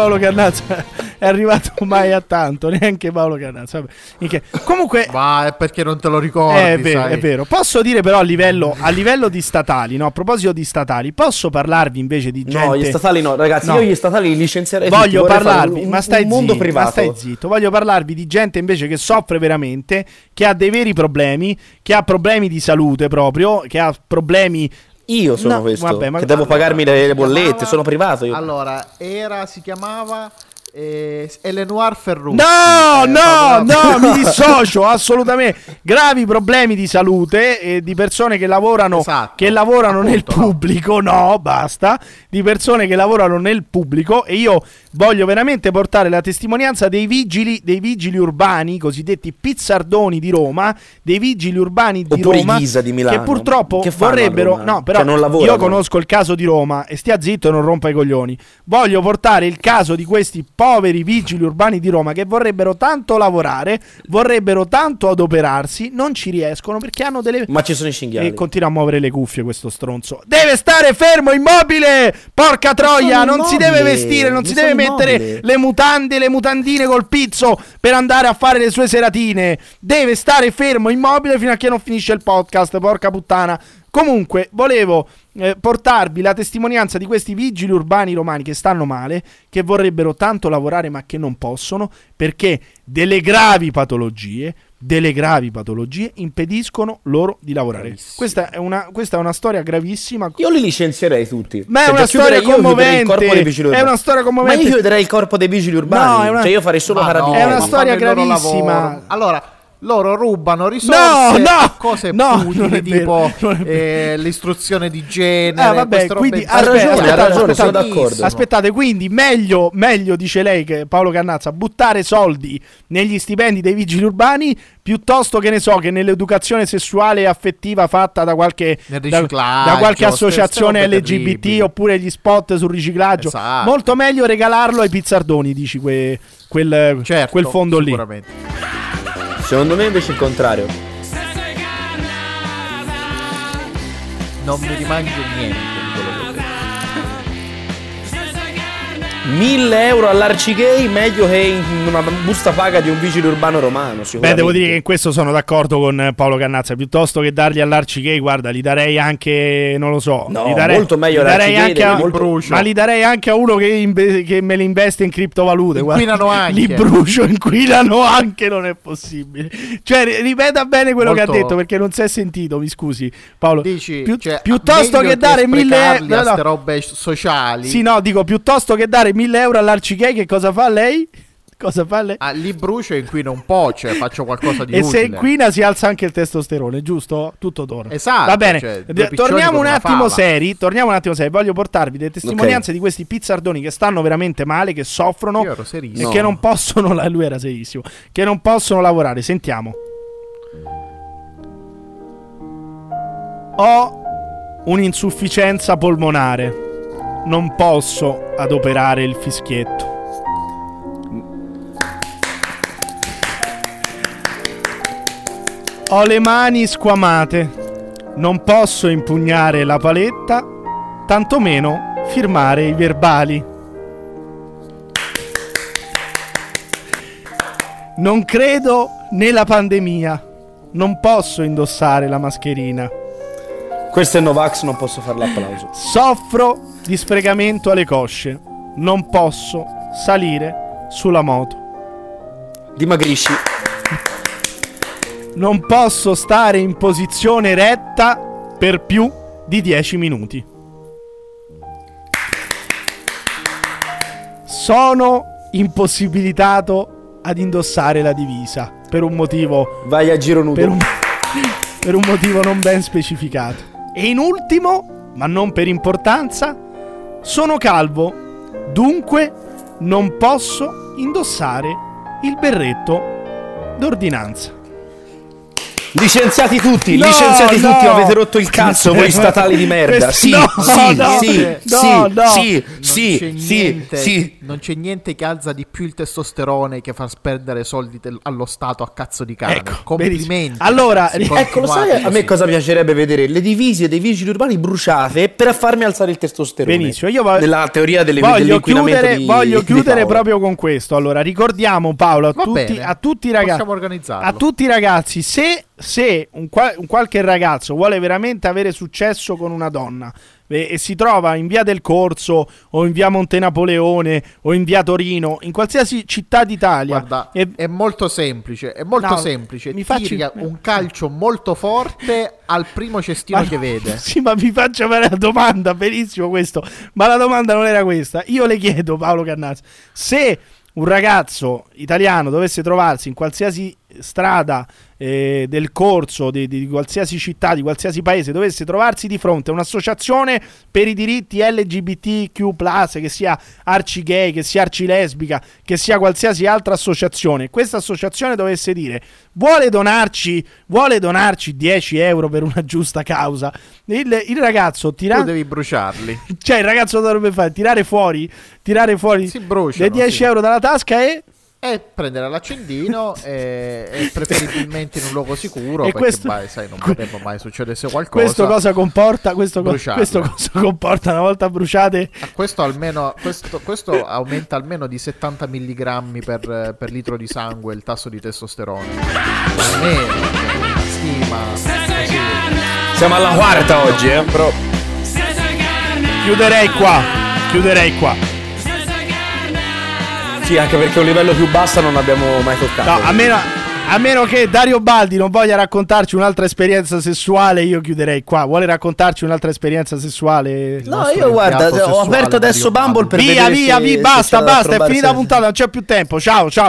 è arrivato mai a tanto. Neanche Paolo Cannazza. Comunque, ma è perché non te lo ricordi. È vero. Posso dire però a livello di statali, no? A proposito di statali, posso parlarvi invece di gente. No, gli statali no, ragazzi. No. Io gli statali li licenzierei. Voglio parlarvi, ma stai mondo privato. Ma stai zitto. Voglio parlarvi di gente invece che soffre veramente, che ha dei veri problemi, che ha problemi di salute proprio, che ha problemi. Io sono questo, che devo pagarmi le bollette, sono privato io. Allora, si chiamava Elenoir Ferrucci. No, mi dissocio assolutamente. Gravi problemi di salute e di persone che lavorano nel pubblico. No, basta. Di persone che lavorano nel pubblico. E io voglio veramente portare la testimonianza dei vigili urbani, cosiddetti pizzardoni di Roma, dei vigili urbani di Roma, i Ghisa di Milano, che purtroppo vorrebbero. No, però io conosco il caso di Roma e stia zitto e non rompa i coglioni. Voglio portare il caso di questi poveri vigili urbani di Roma che vorrebbero tanto lavorare, vorrebbero tanto adoperarsi, non ci riescono perché hanno delle. Ma ci sono i cinghiali. E continua a muovere le cuffie questo stronzo. Deve stare fermo, immobile! Porca troia, non si deve vestire, non si deve mettere le mutande, le mutandine col pizzo per andare a fare le sue seratine. Deve stare fermo, immobile fino a che non finisce il podcast, porca puttana. Comunque, volevo portarvi la testimonianza di questi vigili urbani romani che stanno male, che vorrebbero tanto lavorare ma che non possono perché delle gravi patologie impediscono loro di lavorare. Questa è una storia gravissima. Io li licenzierei tutti. Ma è una storia commovente. È una storia commovente. Ma io chiuderei il corpo dei vigili urbani. Io farei solo carabinieri. È una storia gravissima. Allora, loro rubano risorse a cose futili, tipo l'istruzione di igiene. Quindi ha ragione, sono d'accordo. Aspettate, quindi meglio, dice lei, che Paolo Cannazza, buttare soldi negli stipendi dei vigili urbani piuttosto che nell'educazione sessuale e affettiva fatta da qualche associazione LGBT terribili. Oppure gli spot sul riciclaggio. Esatto. Molto meglio regalarlo ai pizzardoni, dici quel fondo lì. Secondo me invece il contrario. Non mi rimangio niente di quello che ho detto. 1.000 euro all'Arcigay meglio che in una busta paga di un vigile urbano romano. Beh, devo dire che in questo sono d'accordo con Paolo Cannazza. Piuttosto che dargli all'Arcigay, guarda, li darei anche, non lo so, no, molto meglio l'Arcigay, ma li darei anche a uno che me li investe in criptovalute. Inquinano anche. Li brucio, inquinano anche, non è possibile. Cioè, ripeta bene quello che ha detto, perché non si è sentito, mi scusi Paolo. Dici, piuttosto che dare 1.000 euro a queste robe sociali. Sì, no, dico, piuttosto che dare 1.000 euro all'Arcigay, che cosa fa lei? Cosa fa lei? Li brucio e inquino un po', cioè faccio qualcosa di utile. utile. E se inquina si alza anche il testosterone, giusto? Tutto torna. Esatto. Va bene, cioè, torniamo un attimo seri. Voglio portarvi delle testimonianze di questi pizzardoni che stanno veramente male, che soffrono e che non possono. Lui era serissimo. Che non possono lavorare. Sentiamo. Ho un'insufficienza polmonare. Non posso adoperare il fischietto. Ho le mani squamate. Non posso impugnare la paletta, tantomeno firmare i verbali. Non credo nella pandemia. Non posso indossare la mascherina. Questo è Novax, non posso fare l'applauso. Soffro di sfregamento alle cosce. Non posso salire sulla moto. Dimagrisci. Non posso stare in posizione retta per più di 10 minuti. Sono impossibilitato ad indossare la divisa per un motivo. Vai a giro nudo. Per un motivo non ben specificato. E in ultimo, ma non per importanza, sono calvo. Dunque non posso indossare il berretto d'ordinanza. Licenziati tutti, avete rotto il cazzo voi statali di merda. Non c'è niente che alza di più il testosterone che fa spendere soldi allo Stato a cazzo di cane. Ecco, complimenti. Allora, ecco, lo sai a me cosa piacerebbe vedere? Le divise dei vigili urbani bruciate per farmi alzare il testosterone. Benissimo, io nella teoria dell'inquinamento voglio chiudere proprio con questo. Allora, ricordiamo, Paolo, a tutti i ragazzi, possiamo organizzarlo. A tutti i ragazzi, se un qualche ragazzo vuole veramente avere successo con una donna e si trova in via del Corso o in via Monte Napoleone o in via Torino, in qualsiasi città d'Italia, guarda, è molto semplice. Mi tira un calcio molto forte al primo cestino che vede. Sì, ma vi faccio fare la domanda, benissimo questo, ma la domanda non era questa. Io le chiedo, Paolo Cannazza, se un ragazzo italiano dovesse trovarsi in qualsiasi strada del Corso di qualsiasi città, di qualsiasi paese, dovesse trovarsi di fronte a un'associazione per i diritti LGBTQ+, che sia Arcigay, che sia Arcilesbica, che sia qualsiasi altra associazione, questa associazione dovesse dire vuole donarci 10 euro per una giusta causa, il ragazzo tu devi bruciarli, cioè il ragazzo dovrebbe fare tirare fuori si bruciano, le 10 euro dalla tasca e prendere l'accendino e preferibilmente in un luogo sicuro, e perché sai, non potrebbe mai succedesse qualcosa. Questo cosa comporta? Questo cosa comporta una volta bruciate? Questo aumenta almeno di 70 milligrammi per litro di sangue il tasso di testosterone. Almeno, stima così. Siamo alla quarta oggi, però. Chiuderei qua. Sì, anche perché un livello più basso non abbiamo mai toccato. No, a meno che Dario Baldi non voglia raccontarci un'altra esperienza sessuale, io chiuderei qua. Vuole raccontarci un'altra esperienza sessuale? No, io guarda, ho aperto adesso Bumble per vedere via, basta, è finita la puntata, non c'è più tempo. Ciao.